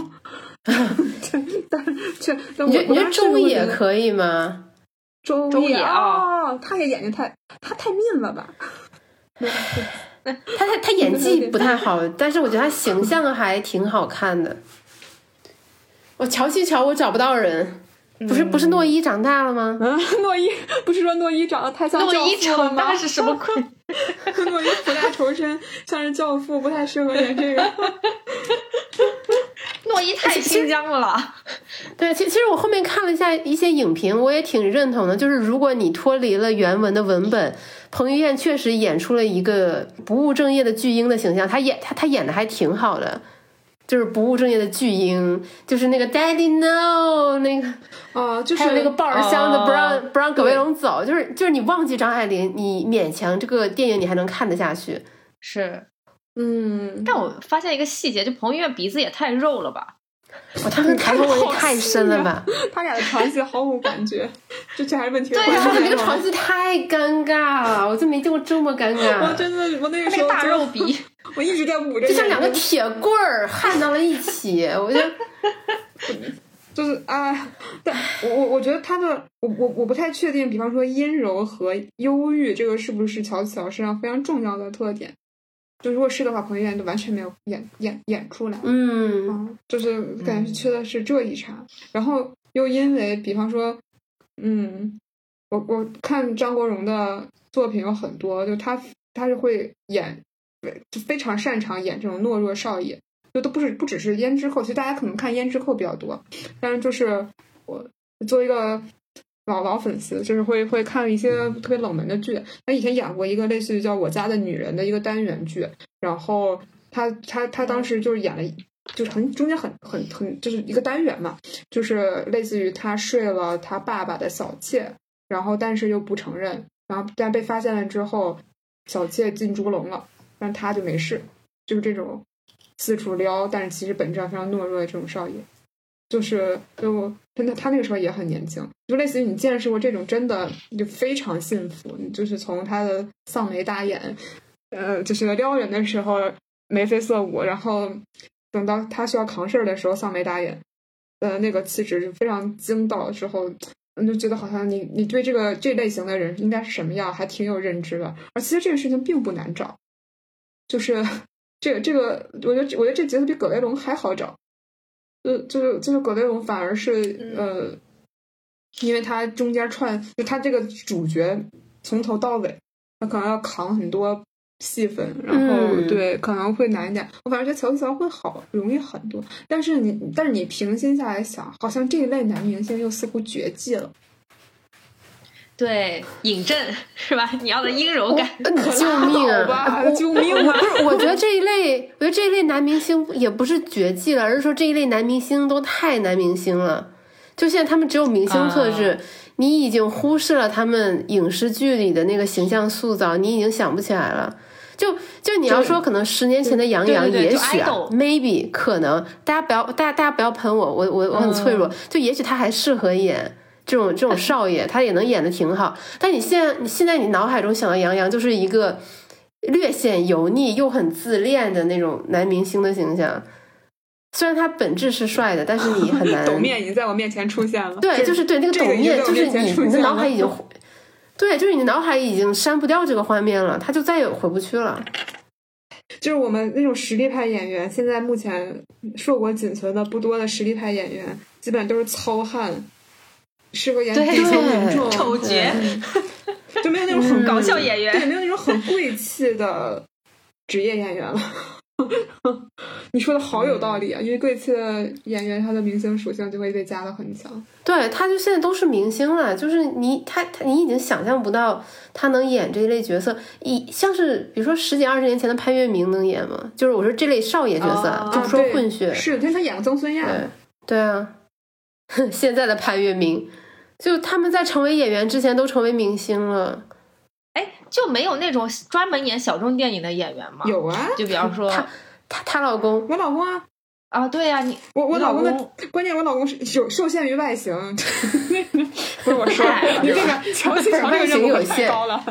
但却， 你觉你觉得周易也可以吗？ 周周易啊、哦，他也演的太他太命了吧？ 他他他演技不太好，但是我觉得他形象还挺好看的。我乔西乔，我找不到人。不是不是诺一长大了吗？ 嗯，诺一不是说诺一长得太像教父了吗？ 诺一长大是什么鬼？ 诺一苦大仇深，像是教父，不太适合演这个。 诺一太新疆了。 对，其其实我后面看了一下一些影评，我也挺认同的。就是如果你脱离了原文的文本，彭于晏确实演出了一个不务正业的巨婴的形象，他演他他演的还挺好的。就是不务正业的巨婴，就是那个 Daddy No 那个啊、呃，就是还有那个抱着箱子不让、 呃、 不让葛威龙走，就是就是你忘记张爱玲，你勉强这个电影你还能看得下去。 是， 嗯， 但我发现一个细节，就彭于晏鼻子也太肉了吧？ 我他们抬头纹也太深了吧？ 他俩的床戏毫无感觉，这这还是问题。 对啊，那个床戏太尴尬了，我就没见过这么尴尬。 我真的，我那个时候大肉鼻， 我一直在捂着， 就像两个铁棍儿焊到了一起，我就就是啊，但我我我觉得他的，我我我不太确定，比方说阴柔和忧郁，这个是不是乔乔身上非常重要的特点？就如果是的话，彭于晏就完全没有演演演出来， 嗯， 嗯，就是感觉缺的是这一茬。嗯、然后又因为，比方说，嗯，我我看张国荣的作品有很多，就他他是会演，就非常擅长演这种懦弱少爷，就都不是不只是胭脂扣，其实大家可能看胭脂扣比较多，但是就是我作为一个老老粉丝，就是会会看一些特别冷门的剧。他以前演过一个类似于叫《我家的女人》的一个单元剧，然后他他他当时就是演了，就是很中间很很很就是一个单元嘛，就是类似于他睡了他爸爸的小妾，然后但是又不承认，然后但被发现了之后，小妾进猪笼了，但他就没事，就是这种四处撩，但是其实本质上非常懦弱的这种少爷。就是就他他那个时候也很年轻，就类似于你见识过这种真的就非常幸福，就是从他的丧眉大眼，呃，就是撩人的时候眉飞色舞，然后等到他需要扛事儿的时候丧眉大眼，呃，那个气质就非常精到之后，你就觉得好像你你对这个这类型的人应该是什么样还挺有认知的。而其实这个事情并不难找，就是这个这个，我觉得我觉得这角色比葛威龙还好找。就就是就是葛威龙反而是呃，因为他中间串，就他这个主角从头到尾，他可能要扛很多戏份，然后、嗯、对可能会难一点。我反而觉得乔西乔会好容易很多，但是你但是你平心下来想，好像这一类男明星又似乎绝迹了。 对，尹正是吧？你要的阴柔感， 救命啊！救命啊！ 不是，我觉得这一类，我觉得这一类男明星也不是绝迹了，而是说这一类男明星都太男明星了。就现在他们只有明星特质，啊、你已经忽视了他们影视剧里的那个形象塑造，你已经想不起来了。就就你要说，可能十年前的杨洋，也许、啊、maybe 可能，大家不要，大家大家不要喷我，我我我很脆弱，嗯、就也许他还适合演。这种这种少爷他也能演得挺好，但你现在你现在你脑海中想到杨洋就是一个略显油腻又很自恋的那种男明星的形象，虽然他本质是帅的，但是你很难。 抖面已经在我面前出现了。 对，就是对那个抖面，就是你你的脑海已经，对，就是你脑海已经删不掉这个画面了，他就再也回不去了。 就是我们那种实力派演员，现在目前硕果仅存的不多的实力派演员，基本上都是糙汉。 适合演底层民众丑角， 就没有那种很、 嗯、搞笑演员， 对，没有那种很贵气的职业演员了。你说的好有道理啊！因为贵气的演员，他的明星属性就会被加得很强。 对，他就现在都是明星了，就是你他他你已经想象不到他能演这一类角色，一像是比如说十几二十年前的潘粤明能演吗？就是我说这类少爷角色， 啊、 就不说混血， 是，但他演过曾孙亚。 对对啊，现在的潘粤明，就他们在成为演员之前都成为明星了。 哎，就没有那种专门演小众电影的演员吗？ 有啊， 就比方说她她她老公， 我老公啊。 啊，对呀、啊，你我我老公的公关键，我老公是受受限于外形，不是我说，你这个乔欣乔外形有限高了，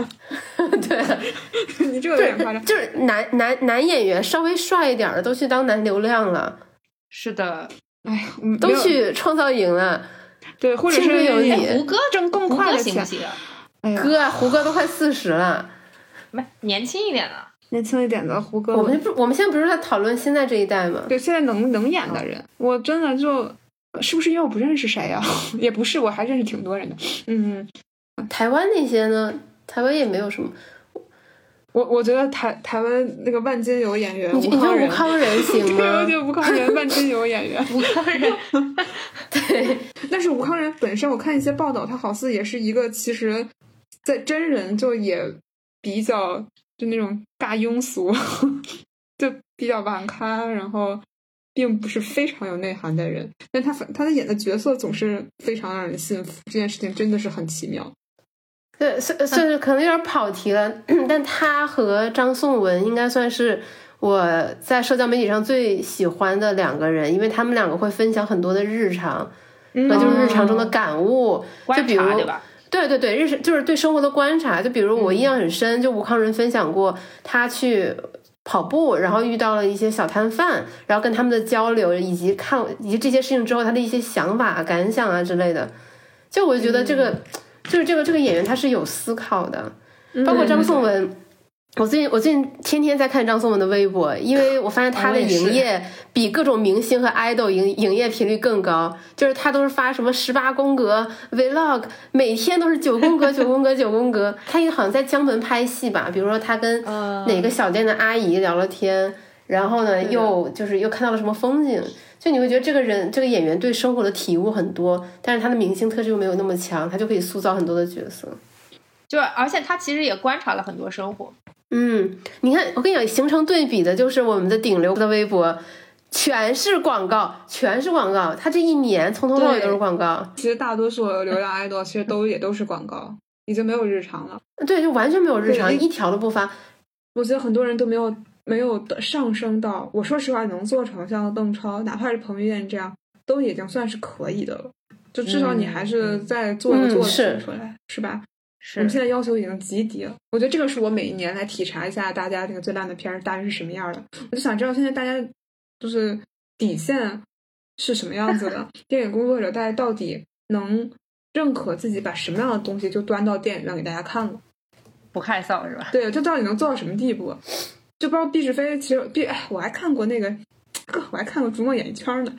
对， 你这个有点夸张， 就是男男男演员稍微帅一点的都去当男流量了， 是的， 哎， 都去创造营了， 对，或者是有你胡歌挣更快的行不行？ 哎哥，胡歌都快四十了， 没年轻一点的。 年轻一点的胡歌， 我们不，我们现在不是在讨论现在这一代吗？ 对，现在能能演的人，我真的就是不是因为我不认识谁呀、啊？也不是，我还认识挺多人的。嗯， 台湾那些呢？台湾也没有什么。 我我觉得台台湾那个万金油演员， 你觉得吴康仁行吗？ 对，我觉得吴康仁万金油演员， 吴康仁。 对， 但是吴康仁本身，我看一些报道，他好似也是一个，其实，在真人就也比较。就那种大庸俗，就比较玩咖，然后并不是非常有内涵的人，但他他演的角色总是非常让人信服，这件事情真的是很奇妙。 对，算算是可能有点跑题了，嗯、但他和张颂文应该算是我在社交媒体上最喜欢的两个人，因为他们两个会分享很多的日常， 嗯、 和就是日常中的感悟， 嗯、 就比如对吧？ 对对对，日常就是对生活的观察，就比如我印象很深，嗯、就吴康仁分享过他去跑步，然后遇到了一些小摊贩，然后跟他们的交流，以及看以及这些事情之后他的一些想法、感想啊之类的。就我觉得这个、嗯、就是这个这个演员他是有思考的，包括张颂文。嗯我最近我最近天天在看张颂文的微博，因为我发现他的营业比各种明星和 idol 营营业频率更高，就是他都是发什么十八宫格 vlog， 每天都是九宫格九宫格九宫格。他也好像在江门拍戏吧，比如说他跟哪个小店的阿姨聊了天，然后呢又就是又看到了什么风景，就你会觉得这个人这个演员对生活的体悟很多，但是他的明星特质又没有那么强，他就可以塑造很多的角色。 就而且他其实也观察了很多生活。 嗯，你看，我跟你讲，形成对比的就是我们的顶流的微博，全是广告，全是广告。他这一年从头到尾都是广告。 其实大多数流量爱豆其实都也都是广告，已经没有日常了。 对，就完全没有日常，一条都不发。 我觉得很多人都没有没有上升到，我说实话，能做成像邓超，哪怕是彭于晏这样，都已经算是可以的了。就至少你还是在做个作品出来，嗯、是, 是吧？ 是， 我们现在要求已经极低了。我觉得这个是我每一年来体察一下大家那个最烂的片儿大概是什么样的。我就想知道现在大家就是底线是什么样子的。电影工作者大家到底能认可自己把什么样的东西就端到电影院给大家看了？ 不害臊是吧？对， 这到底能做到什么地步？就包括毕志飞，其实毕哎，我还看过那个，我还看过《逐梦演艺圈》呢。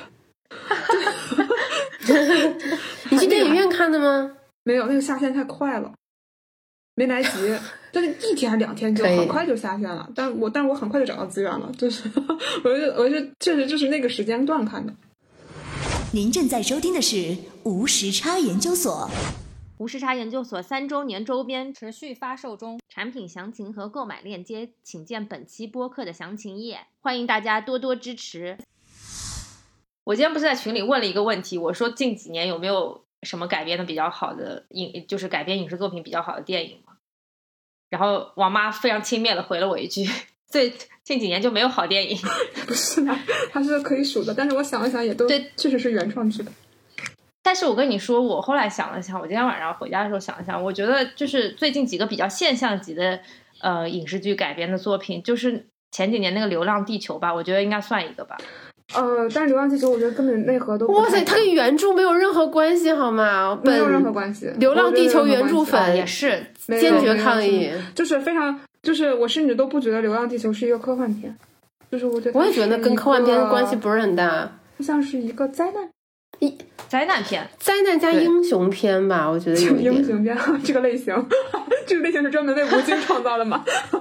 你去电影院看的吗？ 没有，那个下线太快了，没来及。但是一天还是两天就很快就下线了，但我但是我很快就找到资源了，就是我就我就确实就是那个时间段看的。 您正在收听的是无时差研究所。 无时差研究所三周年周边持续发售中，产品详情和购买链接请见本期播客的详情页，欢迎大家多多支持。我今天不是在群里问了一个问题，我说近几年有没有什么改编的比较好的影，就是改编影视作品比较好的电影嘛？然后王妈非常轻蔑的回了我一句：“最近几年就没有好电影。” 不是啊，它是可以数的，但是我想了想，也都对，确实是原创剧的。 但是我跟你说，我后来想了想，我今天晚上回家的时候想了想，我觉得就是最近几个比较现象级的呃影视剧改编的作品，就是前几年那个《流浪地球》吧，我觉得应该算一个吧。 呃，但是《流浪地球》我觉得根本内核都不哇塞，它跟原著没有任何关系好吗？ 没有任何关系。 《流浪地球》原著粉也是坚决抗议， 就是非常，就是我甚至都不觉得《流浪地球》是一个科幻片，就是我觉得我也觉得跟科幻片关系不是很大， 像是一个灾难。 一灾难片， 灾难加英雄片吧，我觉得有一点英雄片这个类型，这个类型是专门为吴京创造的吗？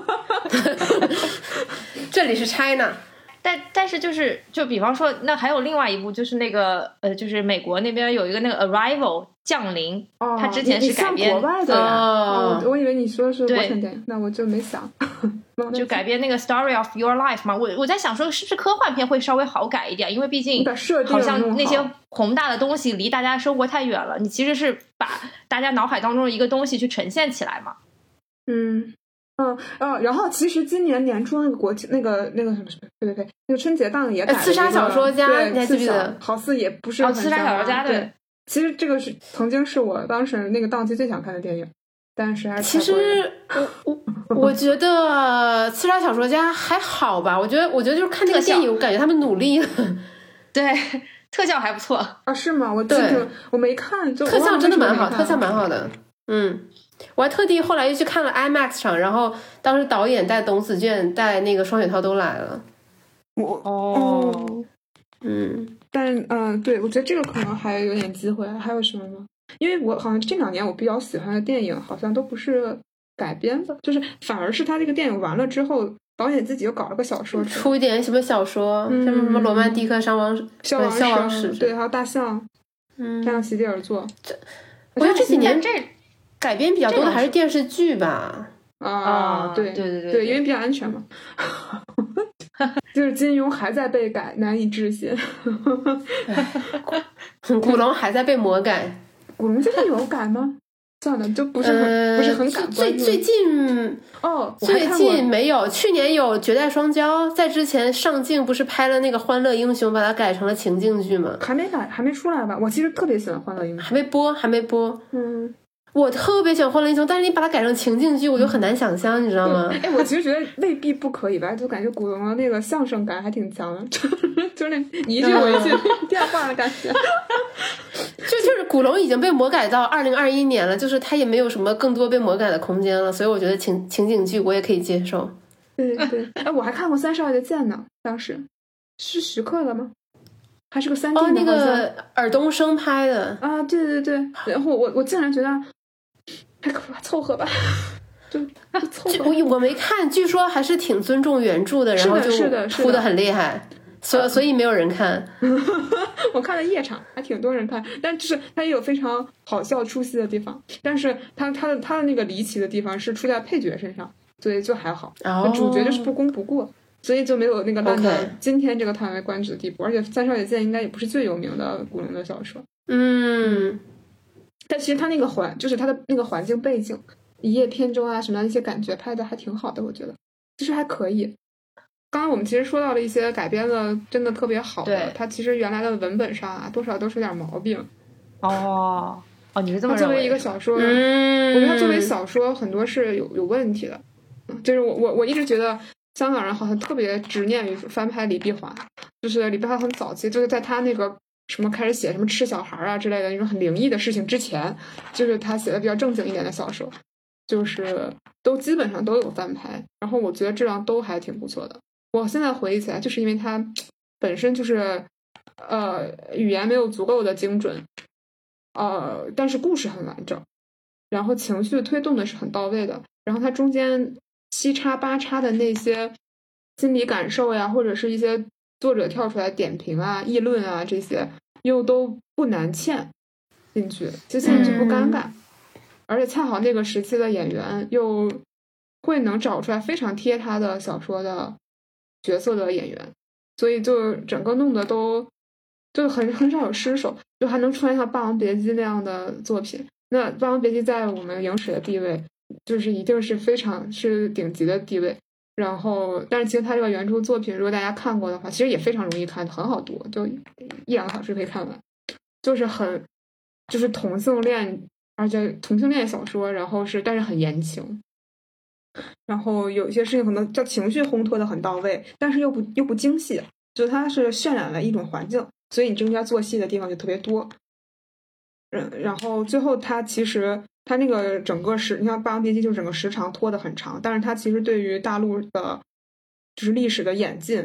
这里是 China。 但但是就是就比方说，那还有另外一部就是那个呃，就是美国那边有一个那个 Arrival 降临， 哦， 它之前是改编国外的呀。 哦， 我以为你说的是国产电影，那我就没想。 就改编那个 Story of Your Life 嘛，我我在想说是不是科幻片会稍微好改一点，因为毕竟好像那些宏大的东西离大家生活太远了，你其实是把大家脑海当中的一个东西去呈现起来嘛。 嗯。嗯呃，然后其实今年年初那个国庆那个那个什么什么，对对对，那个春节档也改了一个、呃、 刺杀小说家， 对， 你还记不记得？ 好似也不是很、 哦、刺杀小说家， 对。对，其实这个是曾经是我当时那个档期最想看的电影，但是还是其实我我我觉得刺杀小说家还好吧，我觉得我觉得就是看这个电影，我感觉他们努力了， 对，特效还不错啊，是吗？我记得我没看，就特效真的蛮好，特效蛮好的，嗯。我还特地后来又去看了 IMAX 场，然后当时导演带董子健带那个双雪涛都来了。 我哦， 嗯，但嗯、呃，对，我觉得这个可能还有点机会。还有什么吗？因为我好像这两年我比较喜欢的电影好像都不是改编的，就是反而是他这个电影完了之后，导演自己又搞了个小说， 出一点什么小说，嗯、什么什么罗曼蒂克消亡消亡消亡史， 对，还有大象， 嗯， 大象席地而坐。 这我觉得这几年这。 改编比较多的还是电视剧吧？ 啊，对对对对对，因为比较安全嘛。就是金庸还在被改，难以置信。 古龙还在被魔改， 古龙现在有改吗？算了，就不是很、呃、不是很感最最近哦， 最近没有，去年有《绝代双骄》，在之前上镜不是拍了那个《欢乐英雄》，把它改成了情境剧吗？ 还没改，还没出来吧？我其实特别喜欢《欢乐英雄》， 还没播，还没播。 嗯。 我特别喜欢《欢乐英雄》，但是你把它改成情境剧，我就很难想象，你知道吗？ 哎，我其实觉得未必不可以吧，就感觉古龙的那个相声感还挺强的，就是那你一句我一句电话的感觉。 就就是古龙已经被魔改到二零二一年了，就是他也没有什么更多被魔改的空间了，所以我觉得情情景剧我也可以接受。 对对，哎，我还看过《三十二的剑》呢，当时是徐克的吗？还是个三 D 的？ 哦，那个尔冬升拍的啊，对对对。然后我我竟然觉得。还可吧，凑合吧，就就凑合。 我我没看，据说还是挺尊重原著的，然后就哭得很厉害，所所以没有人看。 我看了夜场，还挺多人看，但就是它也有非常好笑出戏的地方，但是它它的它的那个离奇的地方是出在配角身上，所以就还好。 哦、 主角就是不攻不过，所以就没有那个烂到今天这个叹为观止的地步。而且《三少爷剑》应该也不是最有名的古龙的小说。 嗯。 但其实他那个环，就是他的那个环境背景，一叶扁舟啊什么的一些感觉拍的还挺好的，我觉得其实还可以。刚刚我们其实说到了一些改编的真的特别好的，它其实原来的文本上啊多少都是有点毛病。 哦哦，你是这么认为？作为一个小说，嗯、我觉得它作为小说很多是有有问题的。就是我我我一直觉得香港人好像特别执念于翻拍李碧华，就是李碧华很早期就是在他那个。什么开始写什么吃小孩啊之类的那种很灵异的事情之前，就是他写的比较正经一点的小说，就是都基本上都有翻拍，然后我觉得质量都还挺不错的。我现在回忆起来，就是因为它本身就是呃语言没有足够的精准，呃但是故事很完整，然后情绪推动的是很到位的，然后它中间七叉八叉的那些心理感受呀，或者是一些作者跳出来点评啊、议论啊，这些又都不难嵌进去，就进去不尴尬、嗯，而且恰好那个时期的演员又会能找出来非常贴他的小说的角色的演员，所以就整个弄得都就很很少有失手，就还能出现像《霸王别姬》那样的作品。那《霸王别姬》在我们影史的地位，就是一定是非常是顶级的地位。然后，但是其实他这个原著作品，如果大家看过的话，其实也非常容易看，很好读，就一两个小时可以看完。就是很，就是同性恋，而且同性恋小说，然后是但是很言情，然后有一些事情可能叫情绪烘托的很到位，但是又不又不精细，就它是渲染了一种环境，所以你中间做戏的地方就特别多。嗯，然后最后它其实。它那个整个时，你像《霸王别姬》就整个时长拖得很长，但是它其实对于大陆的，就是历史的演进，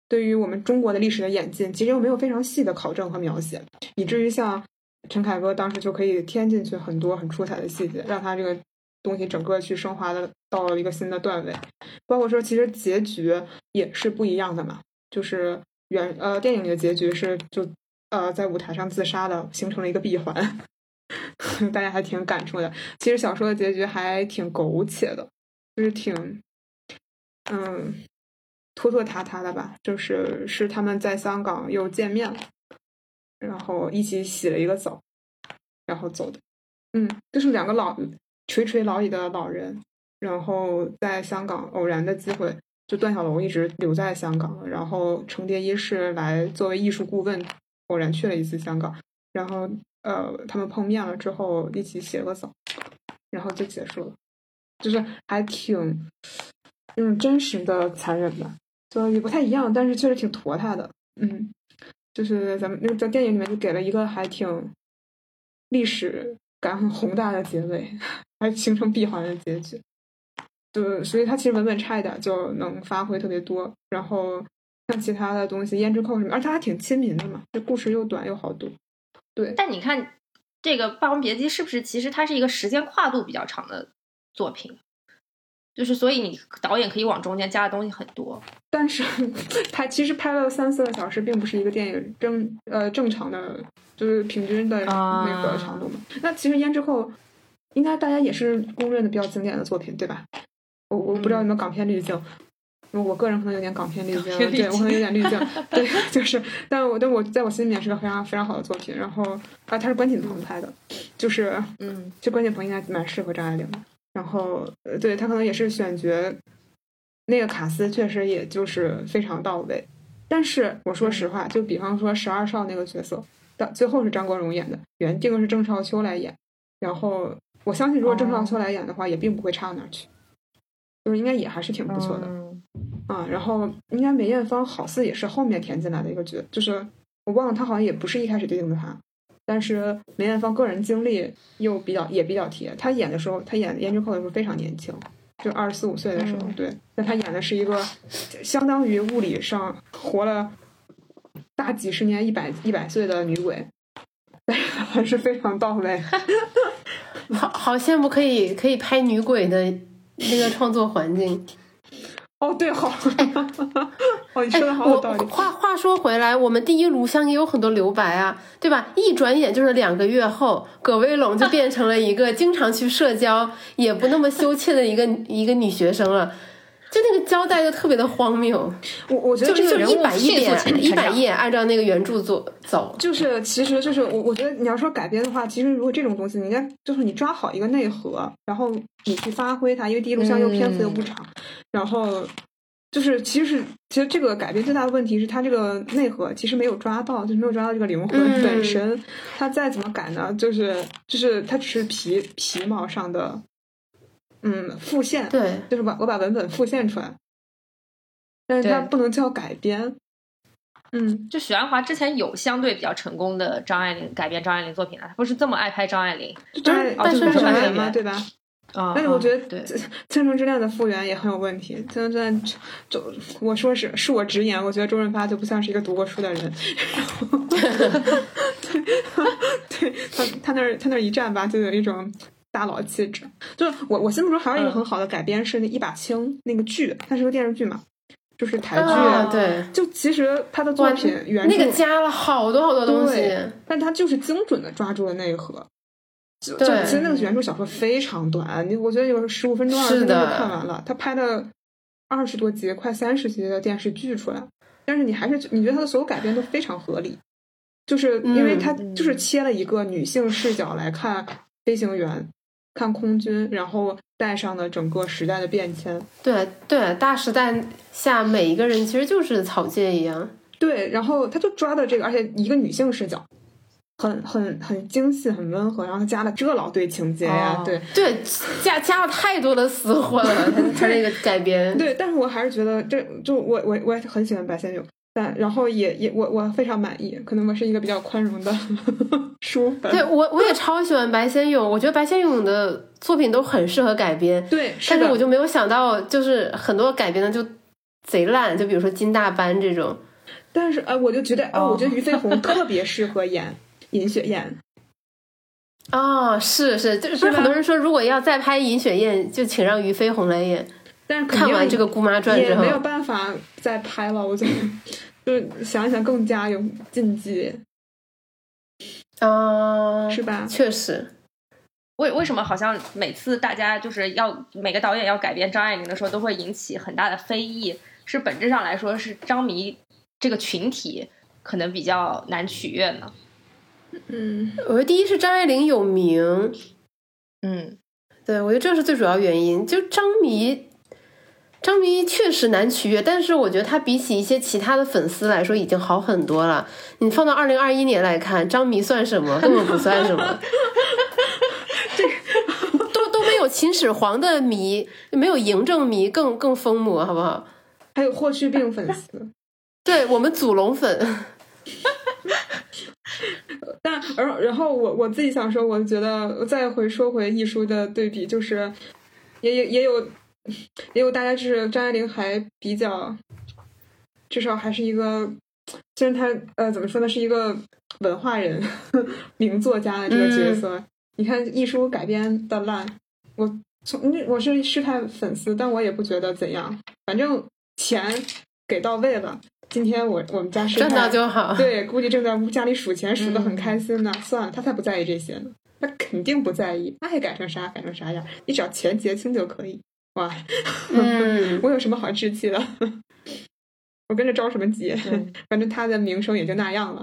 对于我们中国的历史的演进，其实又没有非常细的考证和描写，以至于像陈凯歌当时就可以添进去很多很出彩的细节，让他这个东西整个去升华的到了一个新的段位。包括说其实结局也是不一样的嘛，就是原呃电影里的结局是就呃在舞台上自杀的，形成了一个闭环大家还挺感触的。其实小说的结局还挺苟且的，就是挺嗯拖拖沓沓的吧，就是是他们在香港又见面了，然后一起洗了一个澡然后走的。嗯，就是两个老垂垂老矣的老人，然后在香港偶然的机会，就段小楼一直留在香港，然后程蝶衣是来作为艺术顾问，偶然去了一次香港，然后呃他们碰面了之后一起洗了个澡，然后就结束了，就是还挺那种真实的残忍吧，就也不太一样，但是确实挺拖沓的。嗯，就是咱们那个在电影里面就给了一个还挺历史感很宏大的结尾，还形成闭环的结局。就所以它其实文本差一点就能发挥特别多，然后像其他的东西胭脂扣什么，而且它还挺亲民的嘛，这故事又短又好读。对， 但你看这个《霸王别姬》是不是其实它是一个时间跨度比较长的作品，就是所以你导演可以往中间加的东西很多， 但是它其实拍了三四个小时并不是一个电影正呃正常的就是平均的那个长度嘛、啊、那其实胭脂扣应该大家也是公认的比较经典的作品对吧？我我不知道有没有港片滤镜，我个人可能有点港片滤镜，对我可能有点滤镜，对，就是，但我但我在我心里面是个非常非常好的作品。然后啊，他是关锦鹏拍的，就是嗯，这关锦鹏应该蛮适合张爱玲的。然后呃，对他可能也是选角，那个卡司确实也就是非常到位。但是我说实话，就比方说十二少那个角色，到最后是张国荣演的，原定是郑少秋来演，然后我相信如果郑少秋来演的话，也并不会差到哪儿去。就是应该也还是挺不错的、嗯、啊，然后应该梅艳芳好似也是后面填进来的一个角，就是我忘了她好像也不是一开始就定的她，但是梅艳芳个人经历又比较也比较贴，她演的时候她演胭脂扣的时候非常年轻，就二十四五岁的时候、嗯、对，但她演的是一个相当于物理上活了大几十年一百一百岁的女鬼，但是还是非常到位好好羡慕可以可以拍女鬼的那个创作环境。 哦，对，好，哦，你说的好有道理。 话话说回来，我们第一炉香也有很多留白啊，对吧？一转眼就是两个月后，葛薇龙就变成了一个经常去社交，也不那么羞怯的一个一个女学生了。就那个交代就特别的荒谬， 我我觉得这个人物一百页一百页按照那个原著做走， 就是其实就是我我觉得你要说改编的话，其实如果这种东西，你应该就是你抓好一个内核，然后你去发挥它，因为第一录像又篇幅又不长、嗯，然后就是其实是其实这个改编最大的问题是它这个内核其实没有抓到，就是没有抓到这个灵魂本身，嗯、它再怎么改呢，就是就是它只是皮皮毛上的。嗯，复现， 对， 就是把我把文本复现出来，但是它不能叫改编。嗯， 就许鞍华之前有相对比较成功的张爱玲改编张爱玲作品啊，他不是这么爱拍张爱玲， 张爱玲哦，就是张爱玲嘛，对吧？ 啊、哦， 但是我觉得对 《倾城之恋》的复原也很有问题。《倾城之恋》就我说是恕我直言，我觉得周润发就不像是一个读过书的人。对，对他他那他那一站吧，就有一种。大佬气质，就是我我心目中还有一个很好的改编是那一把青那个剧，它是个电视剧嘛，就是台剧、 啊、对， 就其实他的作品原著那个加了好多好多东西， 但他就是精准的抓住了内核。就就其实那个原著小说非常短，你我觉得有十五分钟二十分钟就看完了，他拍的二十多集快三十集的电视剧出来，但是你还是你觉得他的所有改编都非常合理，就是因为他就是切了一个女性视角来看飞行员。看空军，然后带上了整个时代的变迁。 对对，大时代下每一个人其实就是草芥一样。 对，然后他就抓到这个，而且一个女性视角，很很很精细，很温和。然后他加了这老对情节呀、哦，对对，加加了太多的私货了。他他那个改编， 对，但是我还是觉得这就我我我也很喜欢白先勇。但然后也也我我非常满意，可能我是一个比较宽容的书粉。 对，我我也超喜欢白先勇，我觉得白先勇的作品都很适合改编。 对， 但是我就没有想到，就是很多改编的就贼烂，就比如说金大班这种。 但是呃，我就觉得，哦，我觉得俞飞鸿特别适合演尹雪艳。 哦，是是，就是很多人说，如果要再拍尹雪艳，就请让俞飞鸿来演。 但是看完这个《姑妈传》之后， 也没有办法再拍了。我觉得，就是想一想更加有禁忌。 啊、呃， 是吧？ 确实。 为为什么好像每次大家就是要每个导演要改编张爱玲的时候，都会引起很大的非议？是本质上来说，是张迷这个群体可能比较难取悦呢？ 嗯， 我觉得第一是张爱玲有名， 嗯， 对，我觉得这是最主要原因。就张迷，张迷确实难取悦，但是我觉得他比起一些其他的粉丝来说已经好很多了。你放到二零二一年来看，张迷算什么？根本不算什么。都都没有秦始皇的迷，没有嬴政迷更更疯魔，好不好？ 还有霍去病粉丝， 对我们祖龙粉。 但然然后我我自己想说，我觉得再回说回艺术的对比，就是也也也有也有大家就是张爱玲还比较，至少还是一个，虽然她呃怎么说呢，是一个文化人名作家的这个角色。嗯，你看艺术改编的烂，我从我是师太粉丝，但我也不觉得怎样，反正钱给到位了。今天我我们家师太赚到就好， 对，估计正在家里数钱数得很开心呢。嗯，算了，他才不在意这些呢，他肯定不在意，爱改成啥改成啥样，你只要钱结清就可以。哇，嗯，我有什么好志气的？我跟着着什么急？嗯，反正他的名声也就那样了。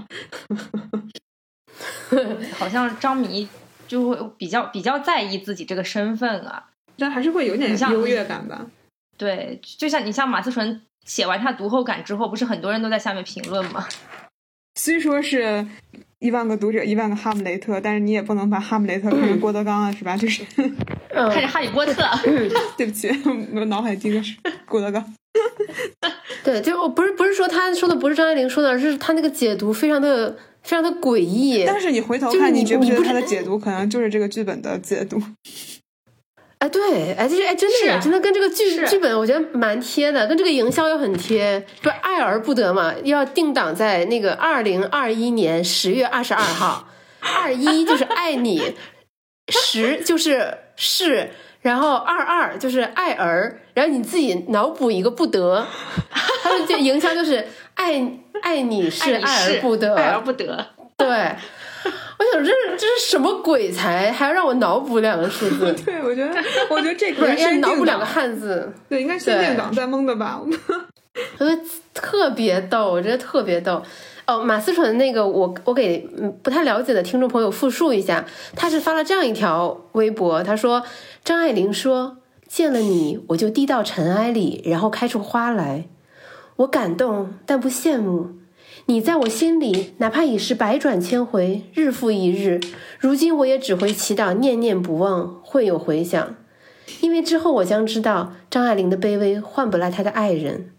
好像张迷就会比较比较在意自己这个身份啊， 但还是会有点优越感吧。 对，就像你像马思纯写完他读后感之后，不是很多人都在下面评论吗？ 虽说是一万个读者一万个哈姆雷特，但是你也不能把哈姆雷特看成郭德纲啊，是吧？就是看着哈利波特。 对不起，我脑海第一个是郭德纲。 对，就我不是不是说他说的不是张爱玲说的，而是他那个解读非常的非常的诡异。 但是你回头看，你觉不觉得他的解读可能就是这个剧本的解读？ 哎，对，哎，就是哎，真的呀，真的跟这个剧剧本我觉得蛮贴的，跟这个营销又很贴。不是爱而不得嘛，要定档在那个二零二一年十月二十二号，二一就是爱你，十就是是，然后二二就是爱儿，然后你自己脑补一个不得，他的这营销就是爱爱你是爱而不得， 爱而不得， 对。我想这这是什么鬼才，还要让我脑补两个数字？ 对，我觉得，我觉得这个要脑补两个汉字。 对，应该先定档再蒙的吧。 我觉得特别逗，我觉得特别逗。哦，马思纯那个，我我给不太了解的听众朋友复述一下，他是发了这样一条微博，他说张爱玲说：“见了你，我就低到尘埃里，然后开出花来。我感动，但不羡慕。”你在我心里，哪怕已是百转千回，日复一日，如今我也只会祈祷念念不忘，会有回响。因为之后我将知道，张爱玲的卑微换不来她的爱人。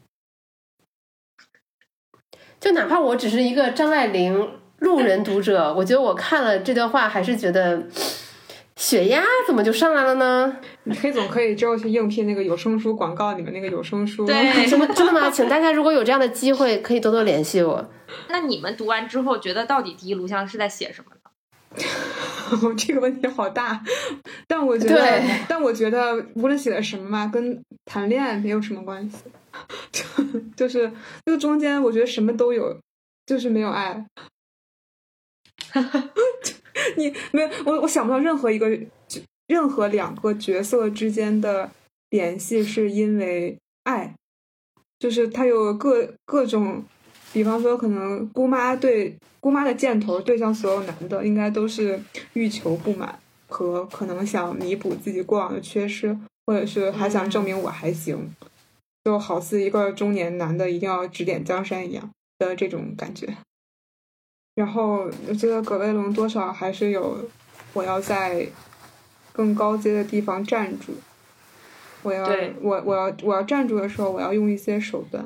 就哪怕我只是一个张爱玲路人读者，我觉得我看了这段话，还是觉得血压怎么就上来了呢？ 黑总可以之后去应聘那个有声书广告里面那个有声书。 对， 真的真的吗？请大家如果有这样的机会，可以多多联系我。 那你们读完之后，觉得到底第一炉香是在写什么呢？这个问题好大，但我觉得，但我觉得无论写的什么嘛，跟谈恋爱没有什么关系。就就是这个中间，我觉得什么都有，就是没有爱。你没有我，我想不到任何一个任何两个角色之间的联系是因为爱，就是他有各各种，比方说可能姑妈对姑妈的箭头对向所有男的，应该都是欲求不满和可能想弥补自己过往的缺失，或者是还想证明我还行，就好似一个中年男的一定要指点江山一样的这种感觉。然后我觉得葛卫龙多少还是有我要在更高阶的地方站住，我要我我要我要站住的时候，我要用一些手段，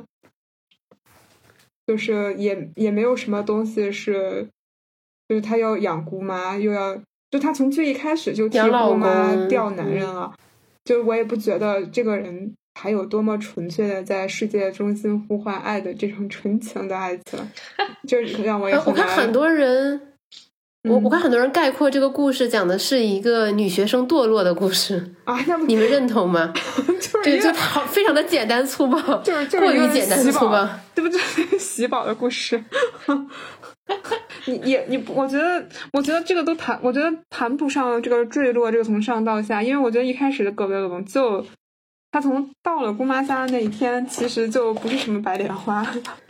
就是也也没有什么东西是，就是他要养姑妈，又要就他从最一开始就替姑妈钓男人了，就我也不觉得这个人还有多么纯粹的在世界中心呼唤爱的这种纯情的爱情，就让我也很、 呃、我看很多人，我我看很多人概括这个故事讲的是一个女学生堕落的故事啊， 你们认同吗？ 就是对，就好非常的简单粗暴， 就是就是过于简单粗暴， 对不对？喜宝的故事。你也你，我觉得，我觉得这个都谈，我觉得谈不上这个坠落，这个从上到下，因为我觉得一开始的葛威龙就，他从到了姑妈家那一天，其实就不是什么白莲花，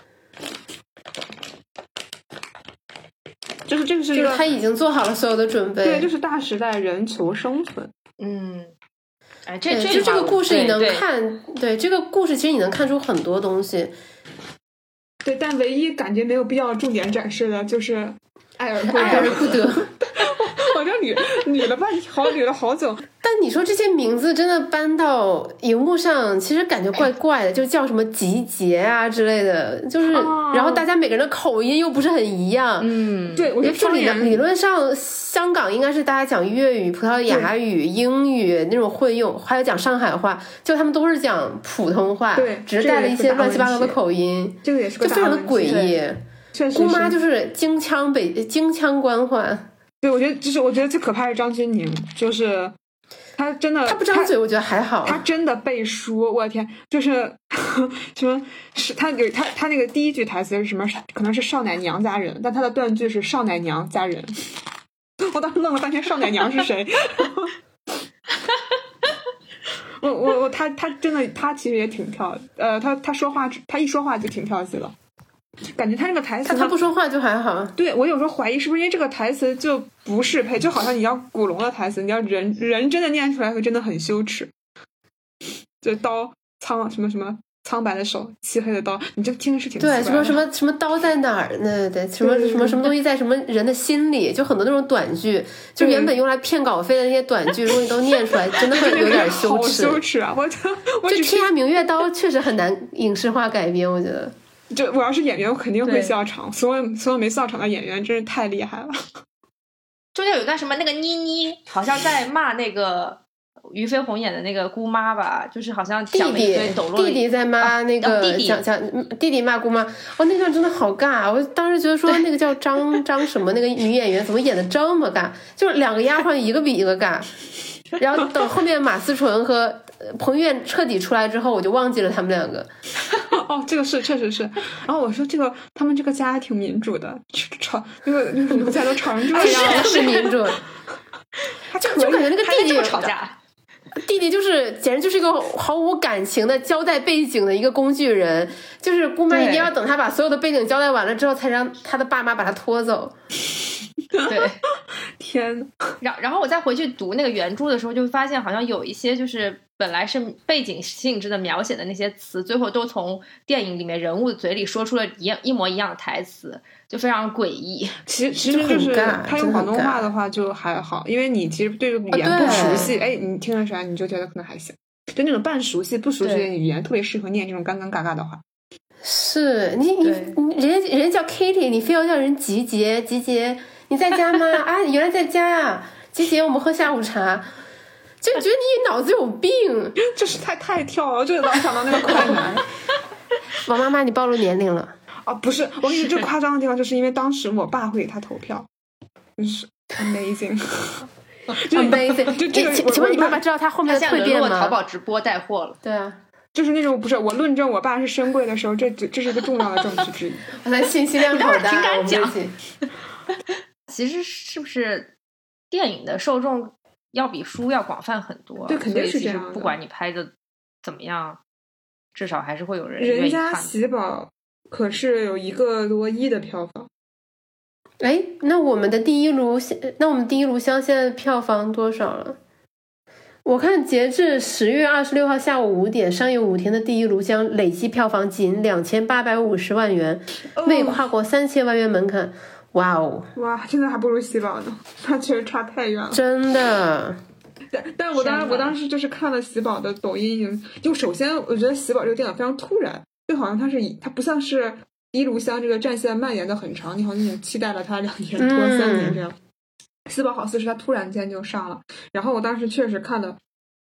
就是这个是一个、 就是、他已经做好了所有的准备， 对，就是大时代人求生存， 嗯，哎，这这就这个故事你能看， 对, 对, 对这个故事其实你能看出很多东西。 对，但唯一感觉没有必要重点展示的就是艾尔艾尔库德。 我这捋捋了半好捋了好久。 但你说这些名字真的搬到荧幕上，其实感觉怪怪的，就叫什么集结啊之类的，就是、哦、然后大家每个人的口音又不是很一样。 嗯，对，我觉得方言理论上香港应该是大家讲粤语、葡萄牙语、英语那种混用，还有讲上海话，就他们都是讲普通话， 对， 只是带了一些乱七八糟的口音， 这个也是个就非常的诡异。 确实， 姑妈就是京腔北京腔官话。 对，我觉得就是我觉得最可怕是张钧甯，就是他真的他不张嘴，我觉得还好。 他真的背书，我的天，就是什么是他有他他那个第一句台词是什么？可能是少奶娘家人，但他的断句是少奶娘家人。我当时愣了半天，少奶娘是谁？我我我他他真的他其实也挺跳，呃，他他说话他一说话就挺跳戏了。感觉他这个台词他， 他不说话就还好。 对，我有时候怀疑是不是因为这个台词就不适配，就好像你要古龙的台词，你要人人真的念出来会真的很羞耻。就刀苍什么什么苍白的手，漆黑的刀，你这听着是挺对，什么什么什么刀在哪儿呢？对，什么什么什么东西在什么人的心里，就很多那种短句，就原本用来骗稿费的那些短句，如果你都念出来，真的会有点羞耻。 羞耻啊！我我就天涯明月刀确实很难影视化改编，我觉得。 就我要是演员，我肯定会笑场。所有所有没笑场的演员真是太厉害了。 中间有一段什么那个妮妮，好像在骂那个俞飞鸿演的那个姑妈吧，就是好像讲了一堆抖落弟弟在骂那个、 哦、弟弟讲讲弟弟骂姑妈。哦，那段真的好尬！我当时觉得说那个叫张张什么那个女演员怎么演的这么尬，就是两个丫鬟一个比一个尬。然后等后面马思纯和彭于晏彻底出来之后，我就忘记了他们两个。 哦，这个是确实是。然后我说这个他们这个家还挺民主的，吵那个那个刘家都吵成这样， 是民主。就就感觉那个弟弟吵架， 弟弟就是简直就是一个毫无感情的交代背景的一个工具人，就是姑妈一定要等他把所有的背景交代完了之后，才让他的爸妈把他拖走。 对， 天。 然然后我再回去读那个原著的时候，就发现好像有一些就是本来是背景性质的描写的那些词，最后都从电影里面人物的嘴里说出了一一模一样的台词，就非常诡异。 其实其实就是他用广东话的话就还好，因为你其实对语言不熟悉，哎、哦，你听得出来你就觉得可能还行。就那种半熟悉、不熟悉的语言，特别适合念这种尴尴尬尬的话。是你你你人家人家叫 Kitty， 你非要叫人集结集结，你在家吗？啊，你原来在家呀！集结，我们喝下午茶。就觉得你脑子有病， 就是太太跳了，就老想到那个快男。 王妈妈，你暴露年龄了啊！不是，我跟你说最夸张的地方，就是因为当时我爸会给他投票，就是 amazing。 amazing， 就这个， 请问你爸爸知道他后面的蜕变吗？ 淘宝直播带货了。 对啊。 就是那种不是我论证我爸是深柜的时候，这这是一个重要的证据之一。 我的信息量好大， 挺敢讲。其实是不是电影的受众要比书要广泛很多？ 对，肯定是这样的。 不管你拍的怎么样，至少还是会有人愿意看。人家喜宝可是有一个多亿的票房。 哎，那我们的第一炉，那我们第一炉香现在票房多少了？我看截至十月二十六号下午五点，上映五天的第一炉香累计票房仅两千八百五十万元，未跨过三千万元门槛。哇哦！ 哇，现在还不如喜宝呢，它确实差太远了。 真的。 但但我当我当时就是看了喜宝的抖音，就首先我觉得喜宝这个电影非常突然，就好像它是它不像是一炉香这个战线蔓延的很长，你好像也期待了它两年多三年这样。喜宝好似是它突然间就上了，然后我当时确实看了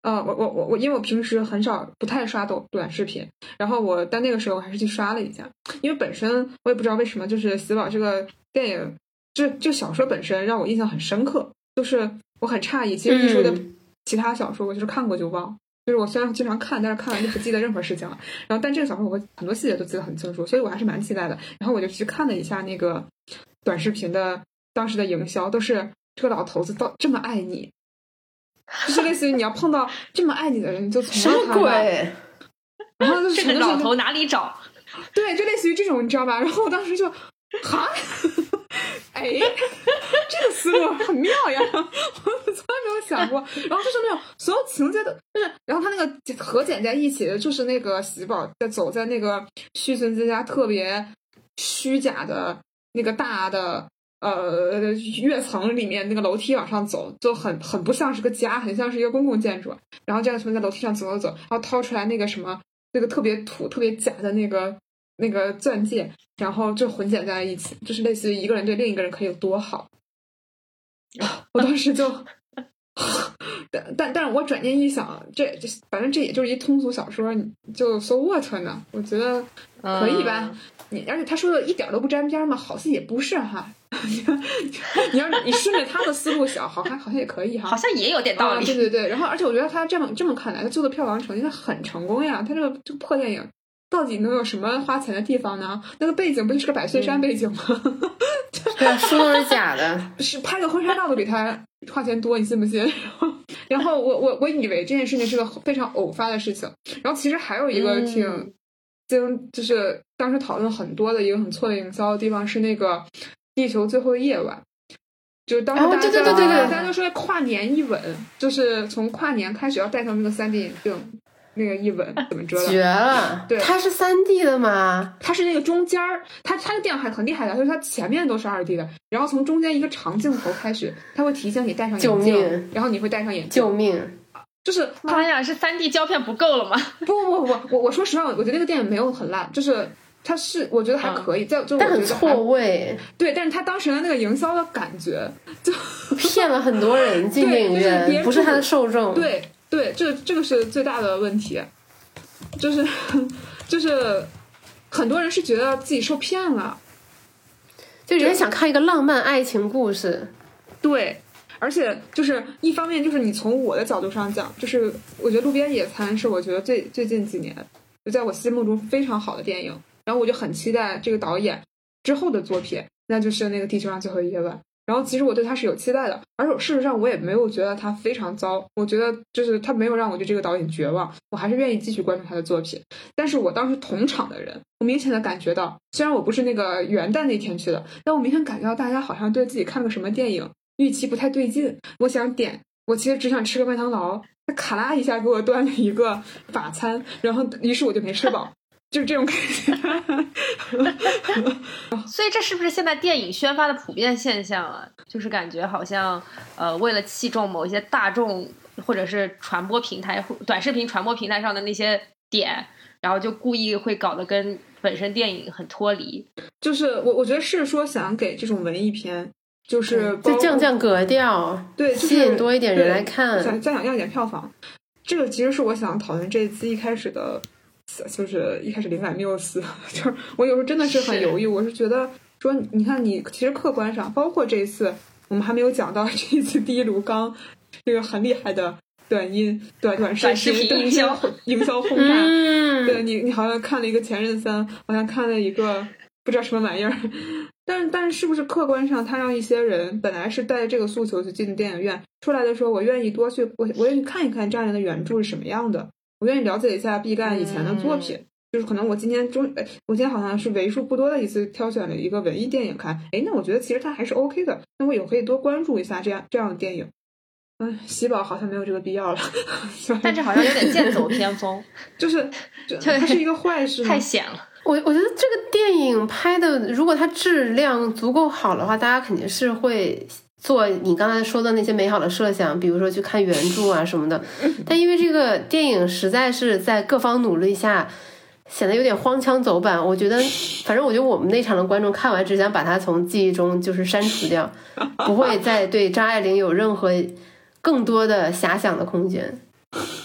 呃，我我我我，因为我平时很少不太刷抖短视频，然后我但那个时候我还是去刷了一下，因为本身我也不知道为什么，就是喜宝这个电影，这这小说本身让我印象很深刻，就是我很诧异，其实一说的其他小说我就是看过就忘。就是我虽然经常看，但是看完就不记得任何事情了。然后，但这个小说我很多细节都记得很清楚，所以我还是蛮期待的。然后我就去看了一下那个短视频的当时的营销，都是这个老头子到这么爱你，就是类似于你要碰到这么爱你的人，你就从了他吧。然后就是这个老头哪里找？ 对，就类似于这种，你知道吧？然后我当时就哈。哎，这个思路很妙呀，我从来没有想过。然后就是那种所有情节的，就是然后他那个合剪在一起的，就是那个喜宝在走在那个须村之家特别虚假的那个大的呃跃层里面那个楼梯往上走，就很很不像是个家，很像是一个公共建筑。然后这样从在楼梯上走走走，然后掏出来那个什么那个特别土特别假的那个那个钻戒，然后就混剪在一起，就是类似于一个人对另一个人可以有多好。我当时就但但但是我转念一想，这这反正这也就是一通俗小说，你就 so what 呢？我觉得可以吧。嗯、你而且他说的一点都不沾边嘛，好像也不是哈。你要你顺着他的思路想，好像好像也可以哈， 好像也有点道理。 啊、对对对，然后而且我觉得他这么这么看来，他做的票房成绩很成功呀。他这个这个破电影到底能有什么花钱的地方呢？那个背景不就是个百岁山背景吗？嗯、 对啊，书都是假的， 是拍个婚纱照都比他花钱多，你信不信？然后，然后我我我以为这件事情是个非常偶发的事情，然后其实还有一个挺经就是当时讨论很多的一个很错的营销的地方是那个地球最后的夜晚。就是当时大家、哦、对对对对对，大家都说跨年一吻，就是从跨年开始要戴上那个 三 D 眼镜。那个一吻怎么着的？ 绝了！ 对， 它是三 D 的吗？ 它是那个中间儿，它它的电影还很厉害的，就是它前面都是二 D 的，然后从中间一个长镜头开始，它会提醒你戴上眼镜， 救命！ 然后你会戴上眼镜， 救命！ 就是妈呀，是三 D 胶片不够了吗？ 不不不，我我说实话，我觉得那个电影没有很烂，就是它是我觉得还可以，在、嗯、就我觉得但很错位。 对，但是它当时的那个营销的感觉就骗了很多人进电影院，就是、不是它的受众。 对。对，这这个是最大的问题，就是就是很多人是觉得自己受骗了， 就人家想看一个浪漫爱情故事。 对，而且就是一方面就是你从我的角度上讲，就是我觉得《路边野餐》是我觉得最最近几年就在我心目中非常好的电影，然后我就很期待这个导演之后的作品，那就是那个《地球上最后一夜晚》。然后其实我对他是有期待的，而且事实上我也没有觉得他非常糟，我觉得就是他没有让我对这个导演绝望，我还是愿意继续关注他的作品。但是我当时同场的人，我明显的感觉到，虽然我不是那个元旦那天去的，但我明显感觉到大家好像对自己看个什么电影预期不太对劲。我想点，我其实只想吃个麦当劳，他卡拉一下给我端了一个法餐，然后于是我就没吃饱。就是这种感觉所以这是不是现在电影宣发的普遍现象啊？就是感觉好像呃，为了器重某一些大众或者是传播平台短视频传播平台上的那些点，然后就故意会搞得跟本身电影很脱离。 就是我我觉得是说想给这种文艺片就是就降降格调， 对、就是、 吸引多一点人来看， 想再想要一点票房。这个其实是我想讨论这一次一开始的就是一开始灵感缪斯，就是我有时候真的是很犹豫，我是觉得说你看你其实客观上包括这一次我们还没有讲到这一次第一炉钢这个很厉害的短音短短视频营销营销轰炸、嗯、对你你好像看了一个前任三，好像看了一个不知道什么玩意儿，但但是不是客观上他让一些人本来是带着这个诉求去进电影院，出来的时候我愿意多去我我愿意看一看这样人的原著是什么样的，我愿意了解一下毕赣以前的作品、嗯、就是可能我今天中我今天好像是为数不多的一次挑选了一个文艺电影看，诶那我觉得其实它还是 OK 的，那我也可以多关注一下这样这样的电影。嗯，喜宝好像没有这个必要了但这好像有点剑走偏锋就是就它是一个坏事太显了。 我我觉得这个电影拍的如果它质量足够好的话，大家肯定是会做你刚才说的那些美好的设想，比如说去看原著啊什么的，但因为这个电影实在是在各方努力下显得有点荒腔走板，我觉得反正我觉得我们那场的观众看完只想把它从记忆中就是删除掉，不会再对张爱玲有任何更多的遐想的空间。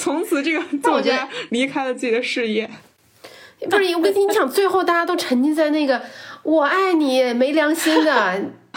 从此这个作家离开了自己的事业。 不是，我跟你讲，最后大家都沉浸在那个我爱你没良心的，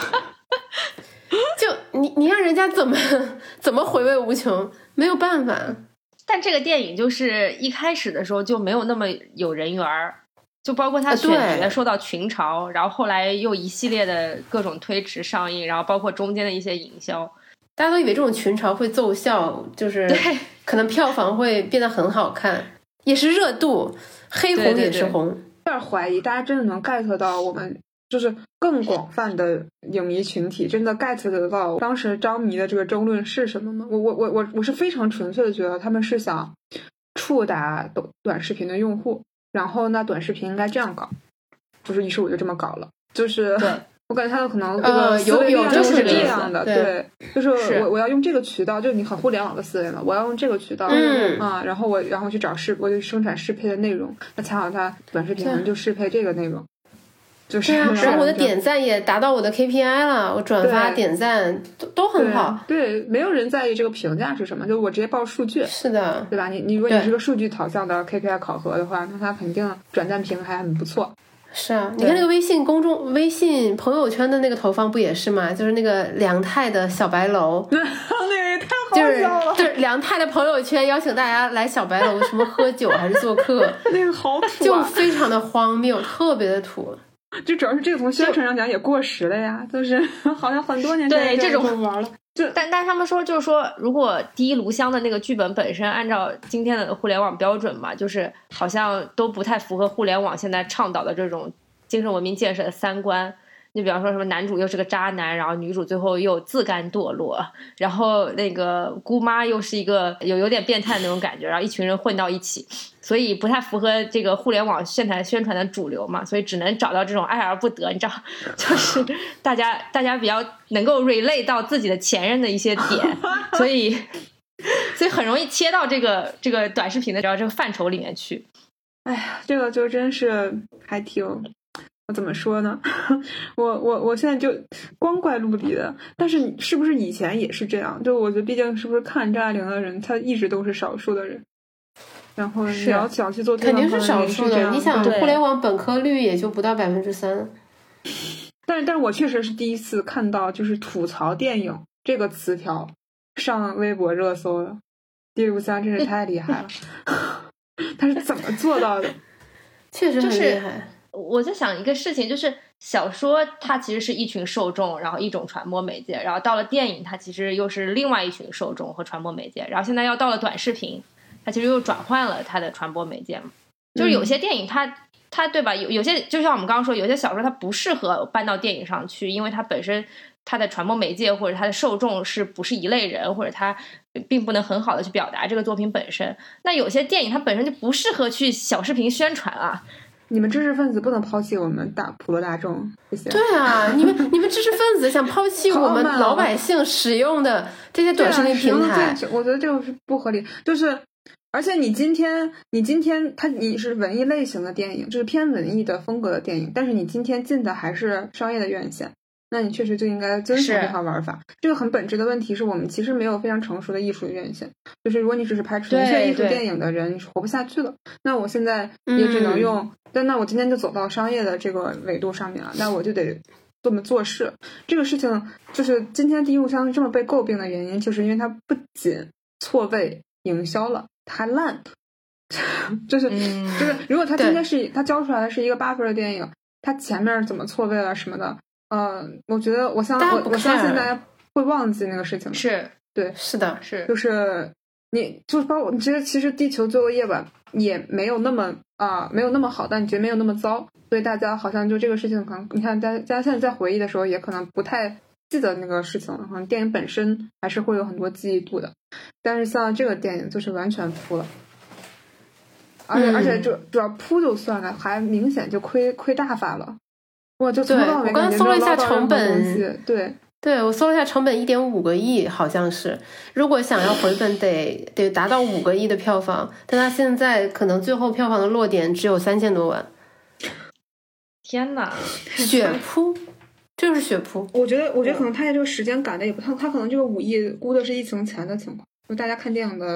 就你你让人家怎么怎么回味无穷，没有办法。 但这个电影就是一开始的时候就没有那么有人缘儿，就包括他选角受到群嘲，然后后来又一系列的各种推迟上映，然后包括中间的一些营销， 大家都以为这种群嘲会奏效，就是可能票房会变得很好看，也是热度，黑红也是红。有点怀疑大家真的能 get 到我们就是更广泛的影迷群体真的 get 得到当时张迷的这个争论是什么吗？我我我我我是非常纯粹的觉得他们是想触达短视频的用户，然后呢短视频应该这样搞，就是于是我就这么搞了，就是我感觉他的可能这个思维链就是这样的、呃、对, 对就是我我要用这个渠道，就你很互联网的思维嘛，我要用这个渠道嗯啊，然后我然后去找适我就生产适配的内容，那恰好它短视频可能就适配这个内容，就是对啊，然后我的点赞也达到我的 K P I 了，我转发点赞都都很好。 对，对，没有人在意这个评价是什么，就我直接报数据。 是的， 对吧？你你如果你是个数据导向的 K P I 考核的话，那它肯定转赞评还很不错。 是啊，你看那个微信公众、微信朋友圈的那个投放不也是吗？就是那个梁太的小白楼， 那个也太好笑了。 就是、就是梁太的朋友圈邀请大家来小白楼，什么喝酒还是做客， 那个好土、啊， 就非常的荒谬，特别的土。 就主要是这个从宣传上讲也过时了呀，就是好像很多年前对这种玩了。就但但他们说就是说，如果第一炉香的那个剧本本身按照今天的互联网标准嘛，就是好像都不太符合互联网现在倡导的这种精神文明建设的三观。你比方说什么男主又是个渣男，然后女主最后又自甘堕落，然后那个姑妈又是一个有有点变态的那种感觉，然后一群人混到一起，所以不太符合这个互联网现在宣传的主流嘛，所以只能找到这种爱而不得，你知道，就是大家大家比较能够 relate 到自己的前任的一些点，所以所以很容易切到这个这个短视频的这个范畴里面去。 哎呀，这个就真是还挺。我怎么说呢？我我我现在就光怪陆离的，但是是不是以前也是这样？就我觉得，毕竟是不是看张爱玲的人，他一直都是少数的人。然后你要想去做， 肯定是少数的。 你想，互联网本科率也就不到百分之三。 但是，但是我确实是第一次看到，就是吐槽电影这个词条上微博热搜的。第六三真是太厉害了，他是怎么做到的？ 确实很厉害。 就是我在想一个事情，就是小说它其实是一群受众，然后一种传播媒介，然后到了电影它其实又是另外一群受众和传播媒介，然后现在要到了短视频，它其实又转换了它的传播媒介嘛。就是有些电影它它对吧，有有些就像我们刚刚说，有些小说它不适合搬到电影上去，因为它本身它的传播媒介或者它的受众是不是一类人，或者它并不能很好的去表达这个作品本身。那有些电影它本身就不适合去小视频宣传啊。 你们知识分子不能抛弃我们大普罗大众，谢谢。 对啊，你们你们知识分子想抛弃我们老百姓使用的这些短视频平台， 啊、我觉得这个是不合理。就是，而且你今天你今天它你是文艺类型的电影，就是偏文艺的风格的电影，但是你今天进的还是商业的院线，那你确实就应该遵守这套玩法。这个很本质的问题是我们其实没有非常成熟的艺术院线，就是如果你只是拍纯粹艺术电影的人，你是活不下去的。那我现在也只能用。嗯但那我今天就走到商业的这个维度上面了，那我就得这么做事。这个事情就是今天第一炉香这么被诟病的原因，就是因为它不仅错位营销了，它还烂。就是、嗯、就是，如果他今天是他交出来的是一个八分的电影，他前面怎么错位了什么的，呃，我觉得我相我我相信大家会忘记那个事情。 是， 对，是的， 是， 就是你就是包括你觉得其实地球最后夜晚也没有那么啊、呃、没有那么好，但你觉得没有那么糟，所以大家好像就这个事情可能你看大家现在在回忆的时候也可能不太记得那个事情，可能电影本身还是会有很多记忆度的，但是像这个电影就是完全扑了，而且、嗯、而且主主要扑就算了，还明显就亏亏大发了，我就从头到尾感觉没有捞到任何东西。对。 对，我搜了一下，成本一点五个亿，好像是。如果想要回本得，得得达到五个亿的票房，但他现在可能最后票房的落点只有三千多万。 天哪， 血扑，就是血扑。 我觉得，我觉得可能他这个时间赶的也不，他他可能这个五亿估的是疫情前的情况，就大家看电影的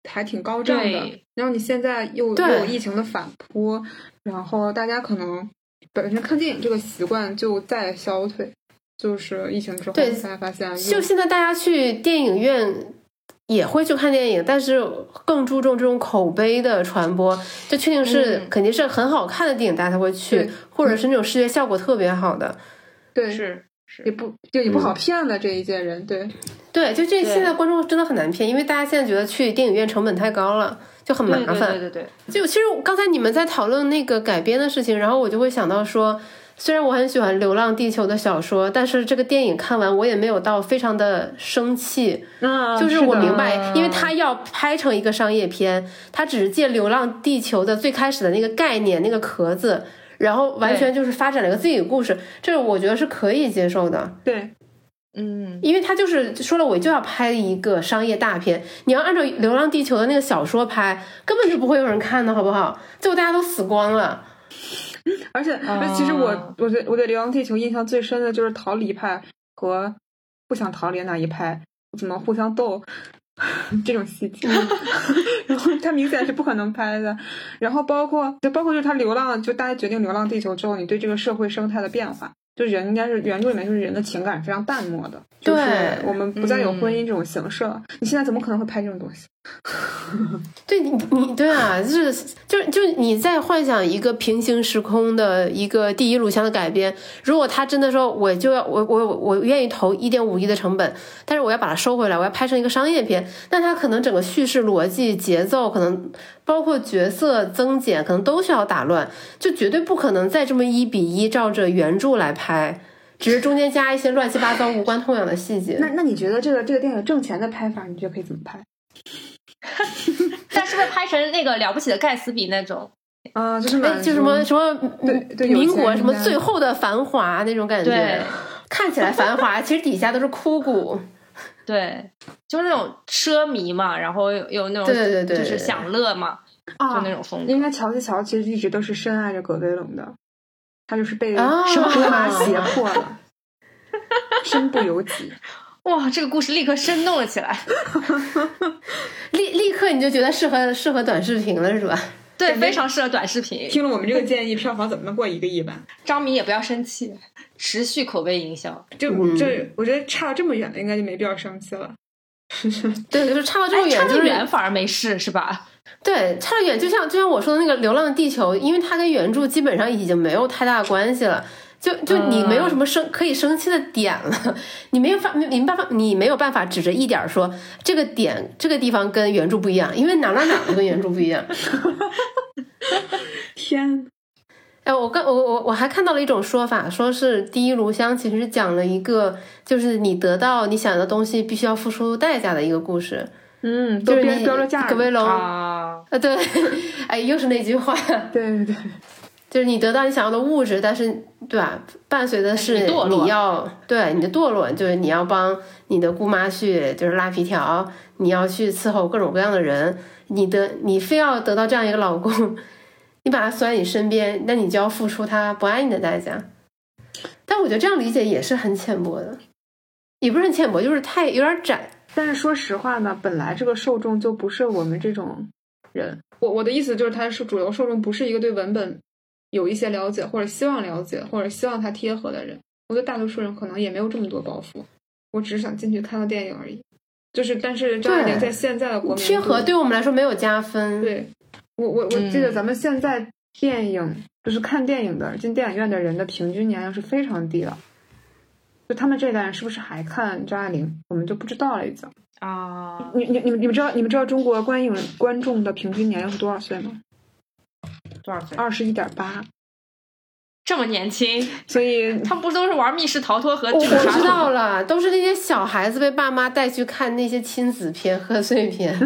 还挺高涨的，然后你现在又又有疫情的反扑，然后大家可能本身看电影这个习惯就在消退，就是疫情之后大家发现， 就现在大家去电影院也会去看电影，但是更注重这种口碑的传播，就确定是、嗯、肯定是很好看的电影大家才会去，或者是那种视觉效果特别好的。 对， 是是也不就也不好骗了这一届人。对对，就这现在观众真的很难骗，因为大家现在觉得去电影院成本太高了，就很麻烦。 对对对对对。 就其实刚才你们在讨论那个改编的事情，然后我就会想到说，虽然我很喜欢《流浪地球》的小说，但是这个电影看完我也没有到非常的生气。 嗯， 就是我明白，因为他要拍成一个商业片，他只是借《流浪地球》的最开始的那个概念、那个壳子，然后完全就是发展了一个自己的故事，这我觉得是可以接受的。 对， 嗯， 因为他就是说了，我就要拍一个商业大片，你要按照《流浪地球》的那个小说拍，根本就不会有人看的，好不好？最后大家都死光了。 而且，而其实我我对我对《流浪地球》印象最深的就是逃离派和不想逃离那一派怎么互相斗这种细节，然后他明显是不可能拍的。然后包括就包括就是他流浪，就大家决定流浪地球之后，你对这个社会生态的变化，就人应该是原著里面就是人的情感非常淡漠的，就是我们不再有婚姻这种形式了。嗯、你现在怎么可能会拍这种东西？ 对你你对啊，就是就是就你在幻想一个平行时空的一个第一炉香的改编，如果他真的说我就要我我我愿意投一点五亿的成本，但是我要把它收回来，我要拍成一个商业片，那它可能整个叙事逻辑节奏可能包括角色增减可能都需要打乱，就绝对不可能再这么一比一照着原著来拍，只是中间加一些乱七八糟无关痛痒的细节。 那那你觉得这个这个电影挣钱的拍法，你觉得可以怎么拍？ 但是不是拍成那个了不起的盖茨比那种啊、呃，就是哎，就什么什么对对民国什么最后的繁华那种感觉， 对， 看起来繁华，其实底下都是枯骨。 对，就是那种奢靡嘛，然后有有那种对对对， 就是享乐嘛， 啊、 就那种风格。 应该乔西乔其实一直都是深爱着葛威龙的，他就是被什么波妈胁迫了，身不由己。 哇，这个故事立刻生动了起来， 立立刻你就觉得适合适合短视频了是吧？ 对，非常适合短视频。 听了我们这个建议，票房怎么能过一个亿吧？ 张明也不要生气，持续口碑营销。 就这、嗯，我觉得差到这么远了，应该就没必要生气了。 对，就是差到这么远， 哎、差得远反而没事，是吧？ 对，差得远，就像就像我说的那个《流浪地球》，因为它跟原著基本上已经没有太大关系了。就就你没有什么生可以生气的点了，你没有法你办法你没有办法指着一点说这个点这个地方跟原著不一样，因为哪哪哪都跟原著不一样。 天， 哎，我刚我我我还看到了一种说法，说是第一炉香其实讲了一个就是你得到你想要的东西必须要付出代价的一个故事。 嗯， 就是你标了价， 葛威龙啊， 啊，对，哎，又是那句话， 对对对。 就是你得到你想要的物质，但是对吧？伴随的是你要对你的堕落，就是你要帮你的姑妈去就是拉皮条，你要去伺候各种各样的人，你的你非要得到这样一个老公，你把他锁在你身边，那你就要付出他不爱你的代价。但我觉得这样理解也是很浅薄的，也不是很浅薄，就是太有点窄。 但是说实话呢，本来这个受众就不是我们这种人，我我的意思就是，他是主流受众，不是一个对文本有一些了解或者希望了解或者希望它贴合的人。我觉得大多数人可能也没有这么多包袱，我只是想进去看个电影而已。就是但是张爱玲在现在的国民贴合对我们来说没有加分。 对，我我我记得咱们现在电影、嗯、就是看电影的进电影院的人的平均年龄是非常低的，就他们这一代人是不是还看张爱玲我们就不知道了已经啊。 你你你们你们知道你们知道中国观影观众的平均年龄是多少岁吗？ 多少岁？ 二十一点八， 这么年轻， 所以他们不都是玩密室逃脱和我我知道了，都是那些小孩子被爸妈带去看那些亲子片、贺岁片，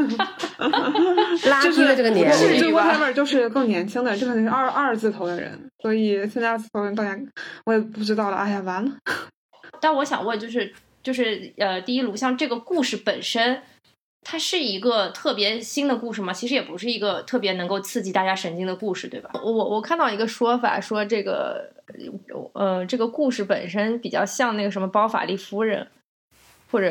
拉低了这个年龄。 中国他们就是更年轻的，这可能是二二字头的人，所以现在二字头人大家我也不知道了。哎呀，完了！ 但我想问，就是就是呃，第一炉香这个故事本身。它是一个特别新的故事吗？其实也不是一个特别能够刺激大家神经的故事，对吧？我我看到一个说法说这个呃这个故事本身比较像那个什么包法利夫人，或者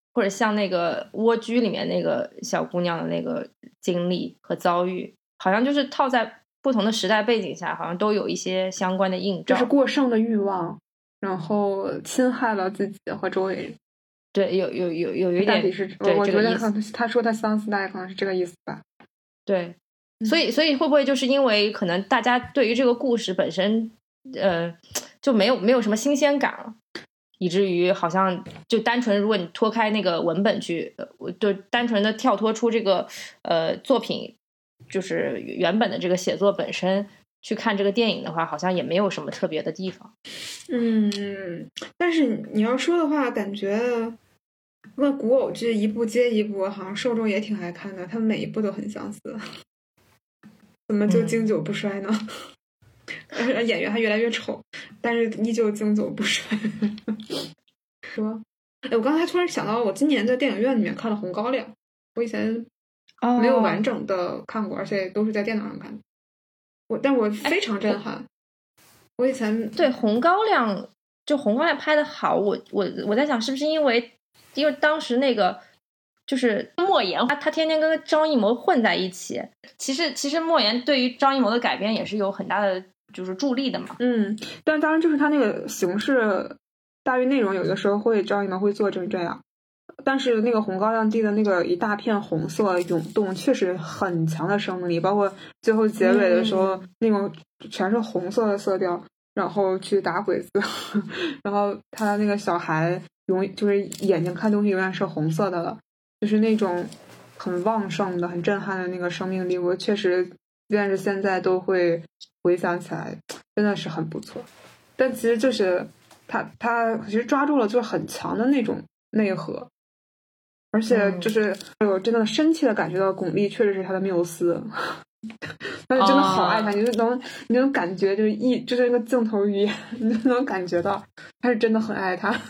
或者像那个蜗居里面那个小姑娘的那个经历和遭遇，好像就是套在不同的时代背景下，好像都有一些相关的映照， 就是过剩的欲望，然后侵害了自己和周围人。 对，有有有有一点， 是对， 我觉得可能他说他丧四代可能是这个意思吧。 对，所以所以会不会就是因为可能大家对于这个故事本身，呃，就没有没有什么新鲜感了，以至于好像就单纯，如果你脱开那个文本去，呃，就单纯的跳脱出这个呃作品，就是原本的这个写作本身去看这个电影的话，好像也没有什么特别的地方。 嗯，但是你要说的话，感觉那古偶剧一部接一部，好像受众也挺爱看的，他们每一部都很相似，怎么就经久不衰呢？嗯、演员还越来越丑，但是依旧经久不衰。说，哎，我刚才突然想到，我今年在电影院里面看了《红高粱》，我以前没有完整的看过，而且都是在电脑上看的。我，但我非常震撼。我以前对《红高粱》，就《红高粱》拍的好，我我我在想，是不是因为因为当时那个就是莫言，他他天天跟张艺谋混在一起。其实其实莫言对于张艺谋的改编也是有很大的就是助力的嘛。 嗯，但当然就是他那个形式大于内容，有的时候会张艺谋会做成这样。但是那个红高粱地的那个一大片红色涌动，确实很强的生命力，包括最后结尾的时候，嗯、那种全是红色的色调，然后去打鬼子，然后他那个小孩永就是眼睛看东西永远是红色的了，就是那种很旺盛的、很震撼的那个生命力，我确实即便是现在都会回想起来，真的是很不错。但其实就是他他其实抓住了就是很强的那种内核。而且就是我真的深切的感觉到巩俐确实是他的缪斯，但是真的好爱他，你就能你就能感觉就是一就是那个镜头语言，你就能感觉到他是真的很爱他。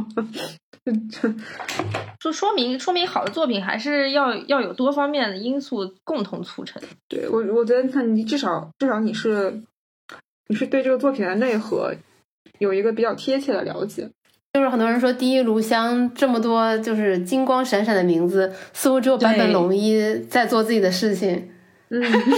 就说明说明好的作品还是要要有多方面的因素共同促成。 对，我我觉得看你至少至少你是你是对这个作品的内核有一个比较贴切的了解。 就是很多人说第一炉香这么多就是金光闪闪的名字，似乎只有坂本龙一在做自己的事情。嗯，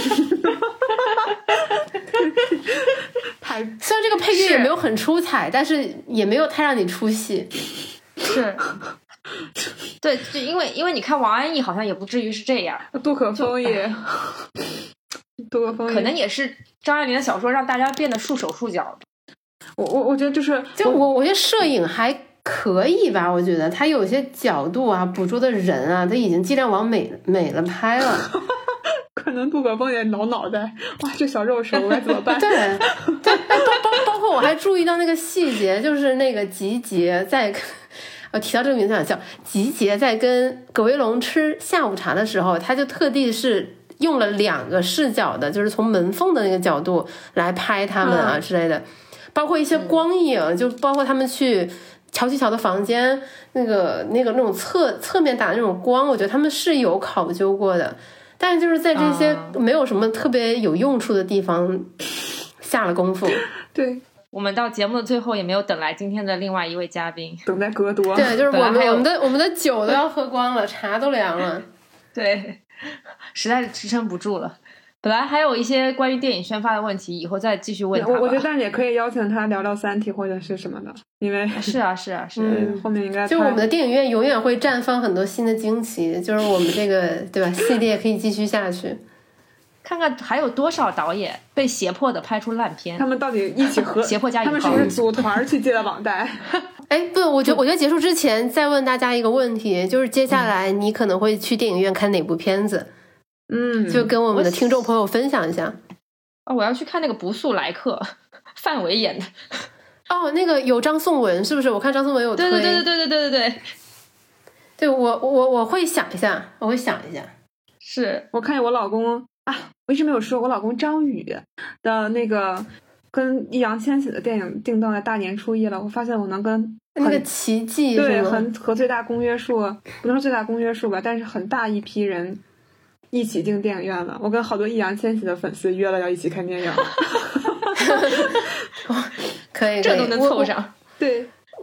虽然这个配乐也没有很出彩，但是也没有太让你出戏。 是，对，就因为因为你看王安忆好像也不至于是这样， 杜可风也，杜可风可能也是张爱玲的小说让大家变得束手束脚。 我我我觉得就是就我我觉得摄影还可以吧，我觉得他有些角度啊，捕捉的人啊，他已经尽量往美美了拍了。 可能杜可风也挠脑袋，哇，这小肉手我该怎么办？ 对对，包包包括我还注意到那个细节，就是那个吉杰在，我提到这个名字想笑，吉杰在跟葛威龙吃下午茶的时候，他就特地是用了两个视角的，就是从门缝的那个角度来拍他们啊、嗯、之类的。包括一些光影、嗯、就包括他们去乔七桥的房间那个那个那种侧侧面打的那种光，我觉得他们是有考究过的，但是就是在这些没有什么特别有用处的地方下了功夫。 对， 我们到节目的最后也没有等来今天的另外一位嘉宾， 等待戈多。 对，就是我们我们的我们的酒都要喝光了，茶都凉了。 对，实在是支撑不住了。本来还有一些关于电影宣发的问题，以后再继续问他吧。 我我觉得，但是也可以邀请他聊聊《三体》或者是什么的，因为是啊是啊是啊、 嗯，后面应该就我们的电影院永远会绽放很多新的惊奇，就是我们这个对吧系列可以继续下去。 看看还有多少导演被胁迫的拍出烂片， 他们到底一起合胁迫加引号， 他们是不是组团去借了网贷？ 哎，不，我觉得我觉得结束之前再问大家一个问题，就是接下来你可能会去电影院看哪部片子？ 嗯， 就跟我们的听众朋友分享一下。 哦，我要去看那个《不速来客》，范伟演的。 哦，那个有张颂文是不是？我看张颂文有推。 对对对对对对对对。 对我我我会想一下，我会想一下。 是我看见我老公啊，我一直没有说，我老公张宇的那个跟易烊千玺的电影定到了大年初一了。我发现我能跟那个奇迹对很和最大公约数，不能说最大公约数吧，但是很大一批人。一起进电影院了，我跟好多易烊千玺的粉丝约了要一起看电影。 可以， 这都能凑上。 对，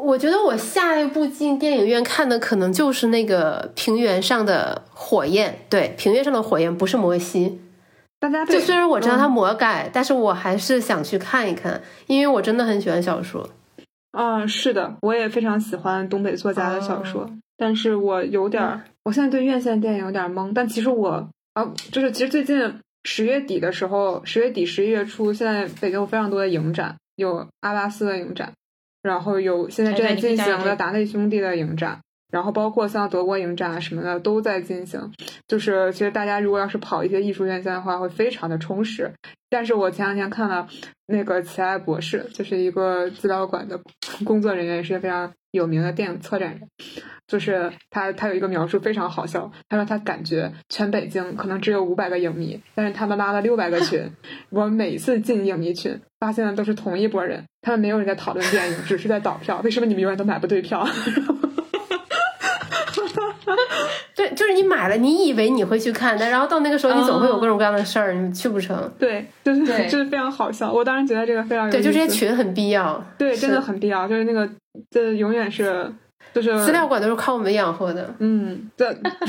我觉得我下一部进电影院看的可能就是那个平原上的火焰，对，平原上的火焰，不是摩西。 大家就虽然我知道它魔改、嗯、但是我还是想去看一看，因为我真的很喜欢小说。 啊，是的，我也非常喜欢东北作家的小说，哦、但是我有点、嗯，我现在对院线电影有点懵。但其实我啊，就是其实最近十月底的时候，十月底十一月初，现在北京有非常多的影展，有阿拉斯的影展，然后有现在正在进行的达内兄弟的影展，然后包括像德国影展什么的都在进行。就是其实大家如果要是跑一些艺术院线的话，会非常的充实。但是我前两天看了那个齐爱博士，就是一个资料馆的工作人员，是一个非常有名的电影策展人。就是他他有一个描述非常好笑，他说他感觉全北京可能只有五百个影迷，但是他们拉了六百个群。我每次进影迷群发现的都是同一拨人，他们没有人在讨论电影，只是在倒票。为什么你们永远都买不对票？ 对，就是你买了，你以为你会去看，但然后到那个时候，你总会有各种各样的事儿，你去不成。 对，就是就是非常好笑。我当时觉得这个非常有意思。 对，就这些群很必要。 对，真的很必要。就是那个，这永远是，就是资料馆都是靠我们养活的。 嗯，这，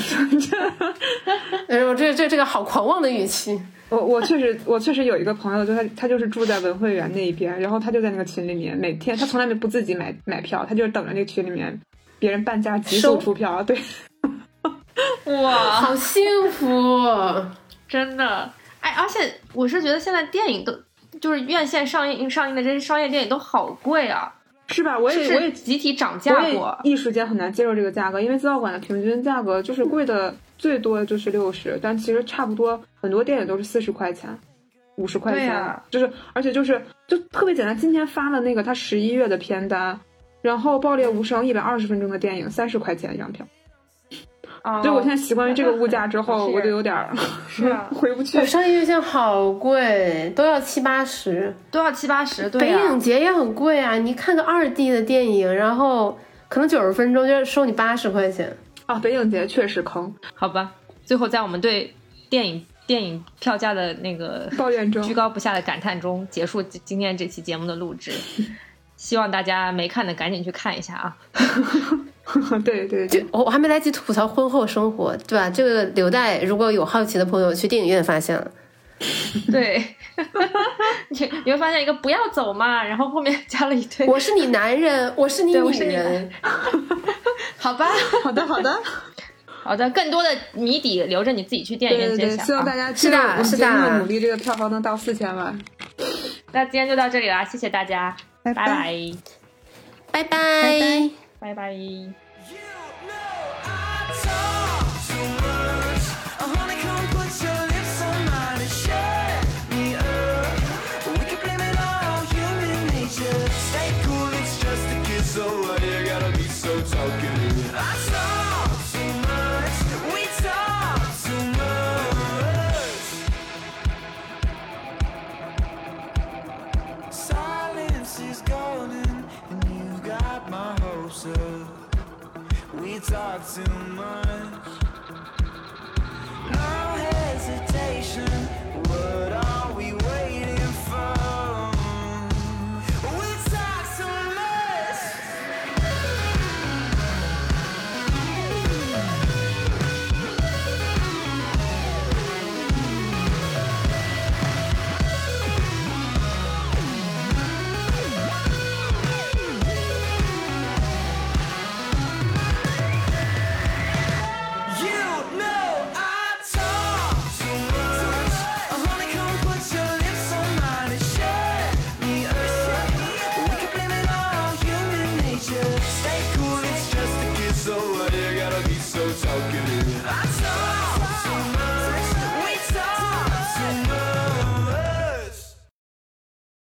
哎呦，这这这个好狂妄的语气。 我我确实我确实有一个朋友，就他他就是住在文汇园那一边，然后他就在那个群里面，每天他从来没不自己买买票，他就是等着那个群里面别人半价急速出票。对。 哇， 好幸福， 真的！哎，而且我是觉得现在电影都就是院线上映上映的这些商业电影都好贵啊， 是吧？我也是我也集体涨价过， 一时间很难接受这个价格，因为资料馆的平均价格就是贵的最多就是六十，但其实差不多很多电影都是四十块钱、五十块钱， 啊、 就是而且就是就特别简单。今天发了那个他十一月的片单，然后《爆裂无声》一百二十分钟的电影三十块钱一张票。所以我现在习惯于这个物价之后，我就有点是啊回不去。 商业院线好贵，都要七八十， 都要七八十。对、 啊，北影节也很贵啊！你看个二 D 的电影，然后可能九十分钟就收你八十块钱啊！北影节确实坑， 好吧。最后，在我们对电影电影票价的那个抱怨中， 居高不下的感叹中，结束今天这期节目的录制。希望大家没看的赶紧去看一下啊！ 对对对， 我还没来及吐槽婚后生活，对吧？这个留待如果有好奇的朋友去电影院发现了。 对，你你会发现一个不要走嘛，然后后面加了一堆我是你男人，我是你女人。 好吧， 好的好的好的，更多的谜底留着你自己去电影院揭晓。 希望大家是的是的努力，这个票房能到四千万。 那今天就到这里啦，谢谢大家，拜拜拜拜拜拜。 We talk too much.